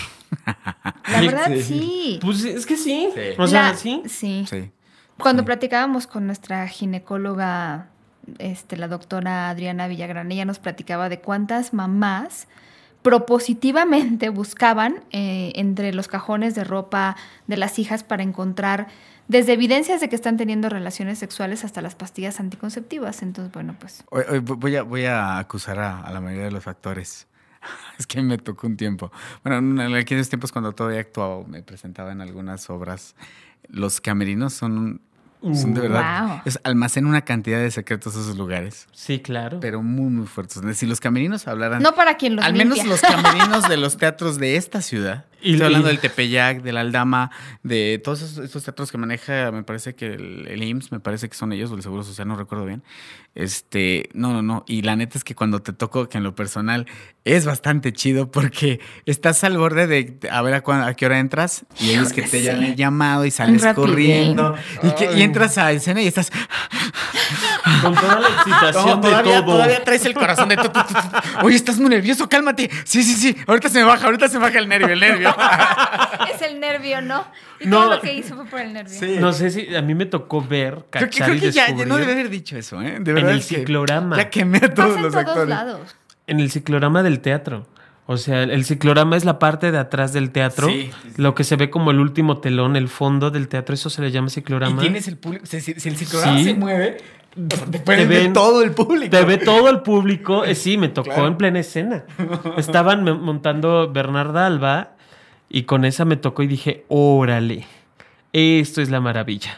S3: La verdad,
S4: Sí.
S3: sí.
S2: Pues es que sí.
S4: Sí.
S2: O sea,
S3: La-
S2: sí.
S3: Sí.
S4: Sí.
S3: Cuando
S4: Sí.
S3: platicábamos con nuestra ginecóloga, este, la doctora Adriana Villagrán, ella nos platicaba de cuántas mamás propositivamente buscaban eh, entre los cajones de ropa de las hijas para encontrar desde evidencias de que están teniendo relaciones sexuales hasta las pastillas anticonceptivas. Entonces, bueno, pues...
S4: Hoy, hoy voy, a, voy a acusar a, a la mayoría de los actores. Es que me tocó un tiempo. Bueno, en aquellos tiempos cuando todavía actuaba, me presentaba en algunas obras. Los camerinos son, son de
S2: Uh,
S4: verdad...
S3: wow.
S4: Es, almacenan una cantidad de secretos esos lugares.
S2: Sí, claro.
S4: Pero muy, muy fuertes. Si los camerinos hablaran...
S3: No para quien los
S4: al
S3: limpia.
S4: menos los camerinos de los teatros de esta ciudad.
S2: Y,
S4: Estoy hablando
S2: y-
S4: del Tepeyac, del Aldama, de todos esos, estos teatros que maneja, me parece que el, el I M S S, me parece que son ellos, o el Seguro Social, no recuerdo bien. Este, no, no, no. Y la neta es que cuando te toco, que en lo personal es bastante chido porque estás al borde de a ver a, cuán- a qué hora entras y ellos que te
S3: Sí.
S4: hayan el llamado y sales
S3: rapidín.
S4: corriendo y, que, y entras a escena y estás
S2: con toda la excitación
S4: No, todavía,
S2: de todo.
S4: todavía traes el corazón de tu, tu, tu, tu. Oye, estás muy nervioso, cálmate. Sí, sí, sí. Ahorita se me baja, ahorita se me baja el nervio, el nervio.
S3: Es el nervio, ¿no? Y
S2: No.
S3: todo lo que hizo fue por el nervio.
S4: Sí.
S2: No sé si a mí me tocó ver,
S4: Creo que,
S2: cachar
S4: creo
S2: y
S4: que ya, ya
S2: descubrir
S4: no debe haber dicho eso, ¿eh? De
S2: en
S4: verdad
S2: el
S4: es que
S2: ciclorama.
S4: ya quemé a todos
S3: Pasa en
S4: los
S3: todos
S4: actores.
S3: lados.
S2: En el ciclorama del teatro. O sea, el ciclorama es la parte de atrás del teatro.
S4: Sí, sí, sí.
S2: Lo que se ve como el último telón, el fondo del teatro, eso se le llama
S4: Y
S2: ciclorama.
S4: tienes el público. Si, si- si el ciclorama
S2: Sí.
S4: se mueve, o sea, te pueden
S2: ven-
S4: ver todo el público.
S2: Te ve todo el público. Eh, sí, me tocó
S4: Claro.
S2: en plena escena. Estaban me- montando Bernarda Alba y con esa me tocó y dije, órale, esto es la maravilla.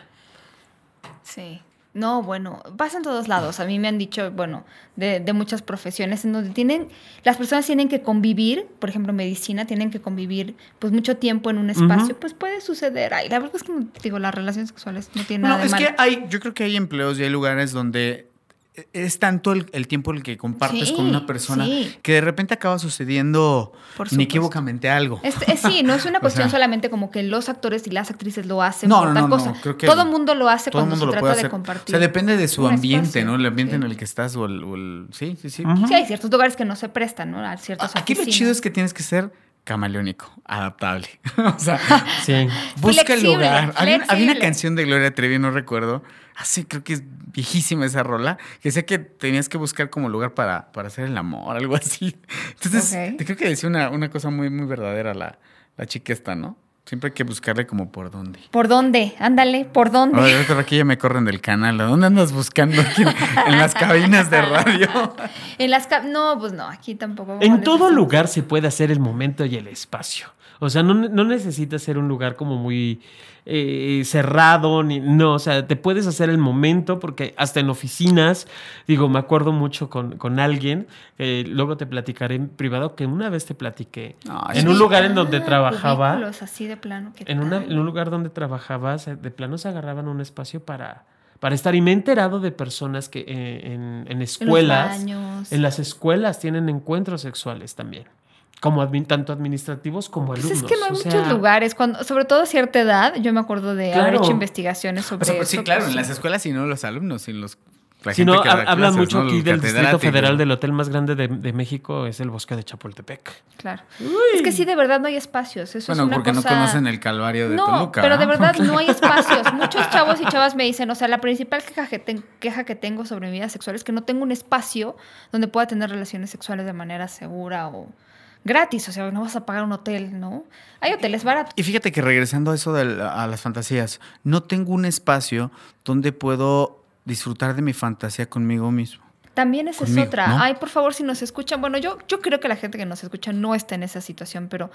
S3: Sí. No, bueno, pasa en todos lados. A mí me han dicho, bueno, de, de muchas profesiones en donde tienen, las personas tienen que convivir, por ejemplo, medicina, tienen que convivir pues mucho tiempo en un espacio,
S2: Ujú.
S3: pues puede suceder. Ay, la verdad es que, digo, las relaciones sexuales no tienen
S4: No,
S3: nada de
S4: es
S3: malo.
S4: que hay, yo creo que hay empleos y hay lugares donde es tanto el, el tiempo el que compartes
S3: Sí,
S4: con una persona
S3: sí.
S4: que de repente acaba sucediendo
S3: Por supuesto.
S4: inequívocamente algo.
S3: Este, eh, sí, no es una
S4: O
S3: cuestión
S4: sea-
S3: solamente como que los actores y las actrices lo hacen
S4: No,
S3: por
S4: no,
S3: tal
S4: no, no,
S3: cosa.
S4: creo que
S3: Todo el mundo lo hace
S4: Todo el
S3: cuando
S4: mundo
S3: se
S4: lo
S3: trata
S4: puede
S3: de
S4: hacer.
S3: compartir.
S4: O sea, depende de su
S3: un
S4: ambiente,
S3: espacio.
S4: ¿no? El ambiente
S3: Sí.
S4: en el que estás o el... o el- sí, sí, sí.
S2: Ujú.
S3: Sí, hay ciertos lugares que no se prestan, ¿no? A ciertas
S4: Aquí lo
S3: oficinas.
S4: chido es que tienes que ser camaleónico, adaptable. O sea,
S2: Sí.
S4: busca el
S3: Flexible,
S4: lugar. Había, había una
S3: flexible.
S4: canción de Gloria Trevi, no recuerdo. Así creo que es viejísima esa rola. Que decía que tenías que buscar como lugar para, para hacer el amor, algo así. Entonces,
S3: Ok.
S4: te creo que decía una, una cosa muy, muy verdadera la, la chica esta, ¿no? Siempre hay que buscarle como por dónde.
S3: ¿Por dónde? Ándale, ¿por dónde?
S4: Ay, ahorita aquí ya me corren del canal. ¿A dónde andas buscando? Aquí en, en las cabinas de radio.
S3: En las ca- no, pues no, aquí tampoco. ¿Cómo
S2: En
S3: les
S2: todo
S3: decimos?
S2: lugar se puede hacer el momento y el espacio. O sea, no, no necesitas ser un lugar como muy eh, cerrado, ni, no, o sea, te puedes hacer el momento porque hasta en oficinas, digo, me acuerdo mucho con, con alguien, eh, luego te platicaré en privado, que una vez te platiqué,
S4: Ay,
S2: en
S4: sí.
S2: un lugar en donde
S3: Ah,
S2: trabajaba,
S3: cubículos así de plano. ¿qué
S2: en, una-
S3: tal?
S2: en un lugar donde trabajaba, se- de plano se agarraban un espacio para... Para estar, y me he enterado de personas que eh, en, en escuelas,
S3: baños.
S2: en las escuelas tienen encuentros sexuales también, como admin- tanto administrativos como
S3: Pues
S2: alumnos.
S3: es que no hay
S2: o
S3: muchos
S2: sea,
S3: lugares, cuando, sobre todo a cierta edad, yo me acuerdo de haber
S2: Claro.
S3: hecho investigaciones sobre
S4: O sea, pues sí,
S3: eso,
S4: claro,
S3: pues,
S4: en las escuelas y no los alumnos, y los la
S2: Si
S4: gente
S2: no,
S4: que da
S2: hab- hablan
S4: clases,
S2: mucho
S4: ¿no?
S2: aquí
S4: Los
S2: del Distrito
S4: catedráticos.
S2: Federal, del hotel más grande de, de México, es el Bosque de Chapultepec.
S3: Claro. Es que sí, de verdad no hay espacios. Eso
S4: Bueno,
S3: es una
S4: porque
S3: cosa...
S4: no conocen el calvario de
S3: No,
S4: Toluca.
S3: pero de
S4: ¿ah?
S3: verdad no hay espacios. Muchos chavos y chavas me dicen, o sea, la principal queja que, ten- queja que tengo sobre mi vida sexual es que no tengo un espacio donde pueda tener relaciones sexuales de manera segura o gratis. O sea, no vas a pagar un hotel, ¿no? Hay hoteles baratos.
S4: Y fíjate que regresando a eso de la- a las fantasías, no tengo un espacio donde puedo disfrutar de mi fantasía conmigo mismo.
S3: También esa
S4: Conmigo,
S3: es otra.
S4: ¿no?
S3: Ay, por favor, si nos escuchan, bueno, yo, yo creo que la gente que nos escucha no está en esa situación, pero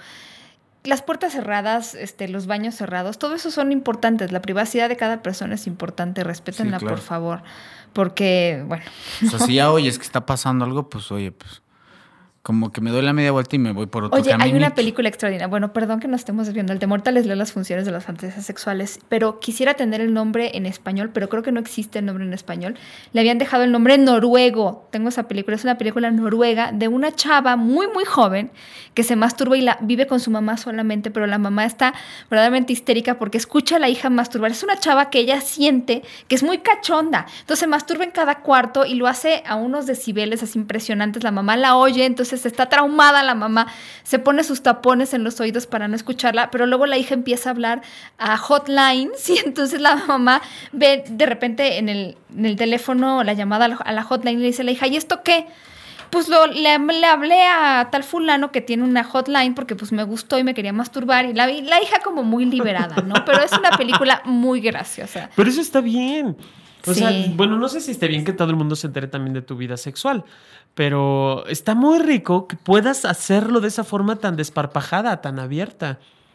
S3: las puertas cerradas, este, los baños cerrados, todo eso son importantes. La privacidad de cada persona es importante. Respétenla,
S4: Sí, claro.
S3: por favor. Porque, bueno,
S4: O sea, si ya oyes que está pasando algo, pues oye, pues como que me doy la media vuelta y me voy por otro
S3: oye, hay
S4: caminito.
S3: una película extraordinaria. Bueno, perdón que nos estemos desviando el tema. Ahorita les leo las funciones de las fantasías sexuales, pero quisiera tener el nombre en español, pero creo que no existe el nombre en español. Le habían dejado el nombre noruego. Tengo esa película. Es una película noruega de una chava muy, muy joven que se masturba y la vive con su mamá solamente, pero la mamá está verdaderamente histérica porque escucha a la hija masturbar. Es una chava que ella siente que es muy cachonda. Entonces se masturba en cada cuarto y lo hace a unos decibeles así impresionantes. La mamá la oye, entonces está traumada la mamá, se pone sus tapones en los oídos para no escucharla, pero luego la hija empieza a hablar a hotlines y entonces la mamá ve de repente en el, en el teléfono la llamada a la, a la hotline y le dice a la hija, ¿y esto qué? Pues lo, le, le hablé a tal fulano que tiene una hotline porque pues me gustó y me quería masturbar y la, y la hija como muy liberada, ¿no? Pero es una película muy graciosa.
S2: Pero eso está bien. O
S3: Sí.
S2: sea, bueno, no sé si esté bien que todo el mundo se entere también de tu vida sexual, pero está muy rico que puedas hacerlo de esa forma tan desparpajada, tan abierta.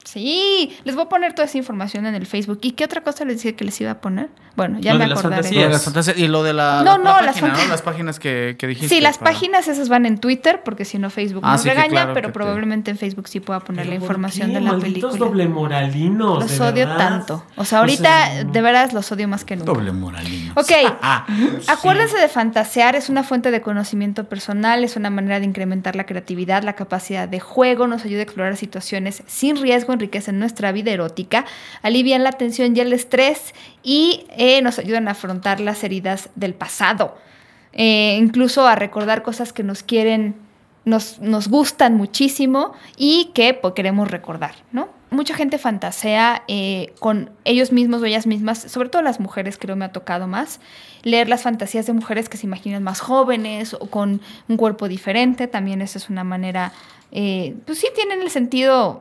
S3: Sí, les voy a poner toda esa información en el Facebook. ¿Y qué otra cosa les dije que les iba a poner? Bueno, ya
S2: Lo
S3: me
S2: de las
S3: acordaré.
S2: fantasías.
S4: Lo de las fantasías y lo de la,
S3: No,
S4: la-
S3: no,
S4: la
S3: las
S4: página,
S3: fanta-
S4: ¿no? Las páginas que, que dijiste.
S3: Sí, las
S4: para-
S3: páginas esas van en Twitter, porque si no Facebook
S4: Ah,
S3: nos
S4: sí, que
S3: regaña,
S4: claro,
S3: pero
S4: que te-
S3: probablemente en Facebook sí pueda poner la
S2: ¿Pero por
S3: información
S2: qué?
S3: de la
S2: Malditos
S3: película.
S2: doble moralinos.
S3: Los
S2: de
S3: odio
S2: verdad.
S3: tanto. O sea, ahorita
S2: O sea, no.
S3: de veras los odio más que nunca.
S4: Doble moralino.
S3: Ok,
S4: Ah,
S3: acuérdense de fantasear, es una fuente de conocimiento personal, es una manera de incrementar la creatividad, la capacidad de juego, nos ayuda a explorar situaciones sin riesgo, enriquecen nuestra vida erótica, alivian la tensión y el estrés y eh, nos ayudan a afrontar las heridas del pasado, eh, incluso a recordar cosas que nos quieren, nos, nos gustan muchísimo y que pues, queremos recordar, ¿no? Mucha gente fantasea eh, con ellos mismos o ellas mismas, sobre todo las mujeres, creo me ha tocado más, leer las fantasías de mujeres que se imaginan más jóvenes o con un cuerpo diferente. También esa es una manera, eh, pues sí tienen el sentido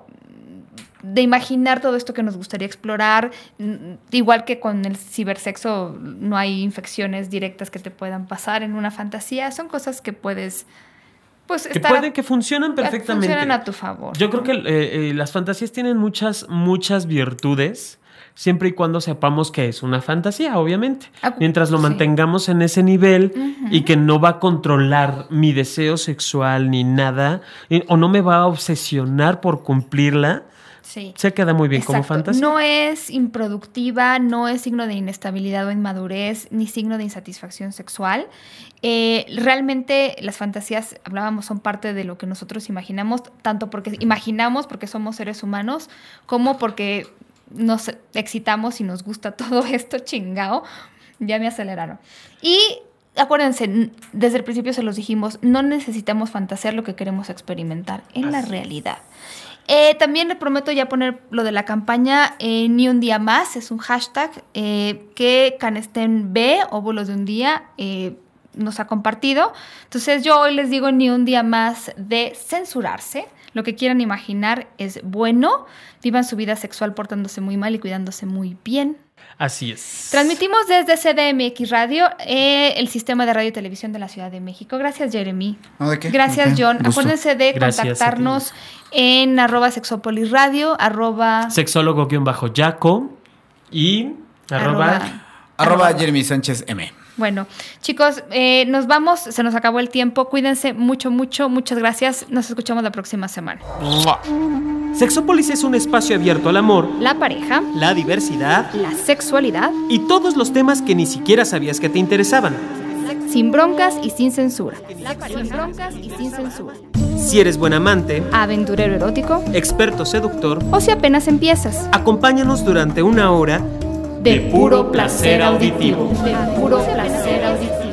S3: de imaginar todo esto que nos gustaría explorar. Igual que con el cibersexo no hay infecciones directas que te puedan pasar en una fantasía, son cosas que puedes... Pues
S2: Que
S3: estar
S2: pueden, que funcionan perfectamente.
S3: Funcionan a tu favor.
S2: Yo creo que eh, eh, las fantasías tienen muchas, muchas virtudes, siempre y cuando sepamos que es una fantasía, obviamente.
S3: Ah,
S2: Mientras lo
S3: sí.
S2: mantengamos en ese nivel y que no va a controlar mi deseo sexual ni nada, y- o no me va a obsesionar por cumplirla,
S3: Sí.
S2: se queda muy bien como
S3: Exacto.
S2: fantasía.
S3: No es improductiva, no es signo de inestabilidad o inmadurez, ni signo de insatisfacción sexual. Eh, realmente las fantasías, hablábamos, son parte de lo que nosotros imaginamos, tanto porque imaginamos porque somos seres humanos, como porque nos excitamos y nos gusta todo esto chingao. Ya me aceleraron. Y acuérdense, desde el principio se los dijimos, no necesitamos fantasear lo que queremos experimentar en la realidad. Eh, también les prometo ya poner lo de la campaña eh, Ni un día más, es un hashtag eh, que Canesten B, óvulos de un día, eh, nos ha compartido. Entonces yo hoy les digo ni un día más de censurarse. Lo que quieran imaginar es bueno. Vivan su vida sexual portándose muy mal y cuidándose muy bien.
S2: Así es.
S3: Transmitimos desde C D M X Radio, eh, el sistema de radio y televisión de la Ciudad de México. Gracias, Jeremy.
S4: No, ¿de qué?
S3: Gracias,
S4: ¿De qué?
S3: John.
S4: Gusto.
S3: Acuérdense de
S2: Gracias a ti.
S3: contactarnos en arroba sexópolis radio, arroba...
S2: Sexólogo-Yaco y arroba...
S3: arroba-
S4: Arroba Jeremy Sánchez M.
S3: Bueno, chicos, eh, nos vamos. Se nos acabó el tiempo. Cuídense mucho, mucho. Muchas gracias. Nos escuchamos la próxima semana.
S2: Sexópolis es un espacio abierto al amor,
S3: La pareja,
S2: la diversidad
S3: la sexualidad,
S2: y todos los temas que ni siquiera sabías que te interesaban.
S3: sin broncas y sin censura. Sin broncas y sin censura.
S2: Si eres buen amante,
S3: Aventurero erótico,
S2: experto seductor,
S3: o si apenas empiezas.
S2: acompáñanos durante una hora
S3: De
S2: puro placer auditivo.
S3: De puro placer auditivo.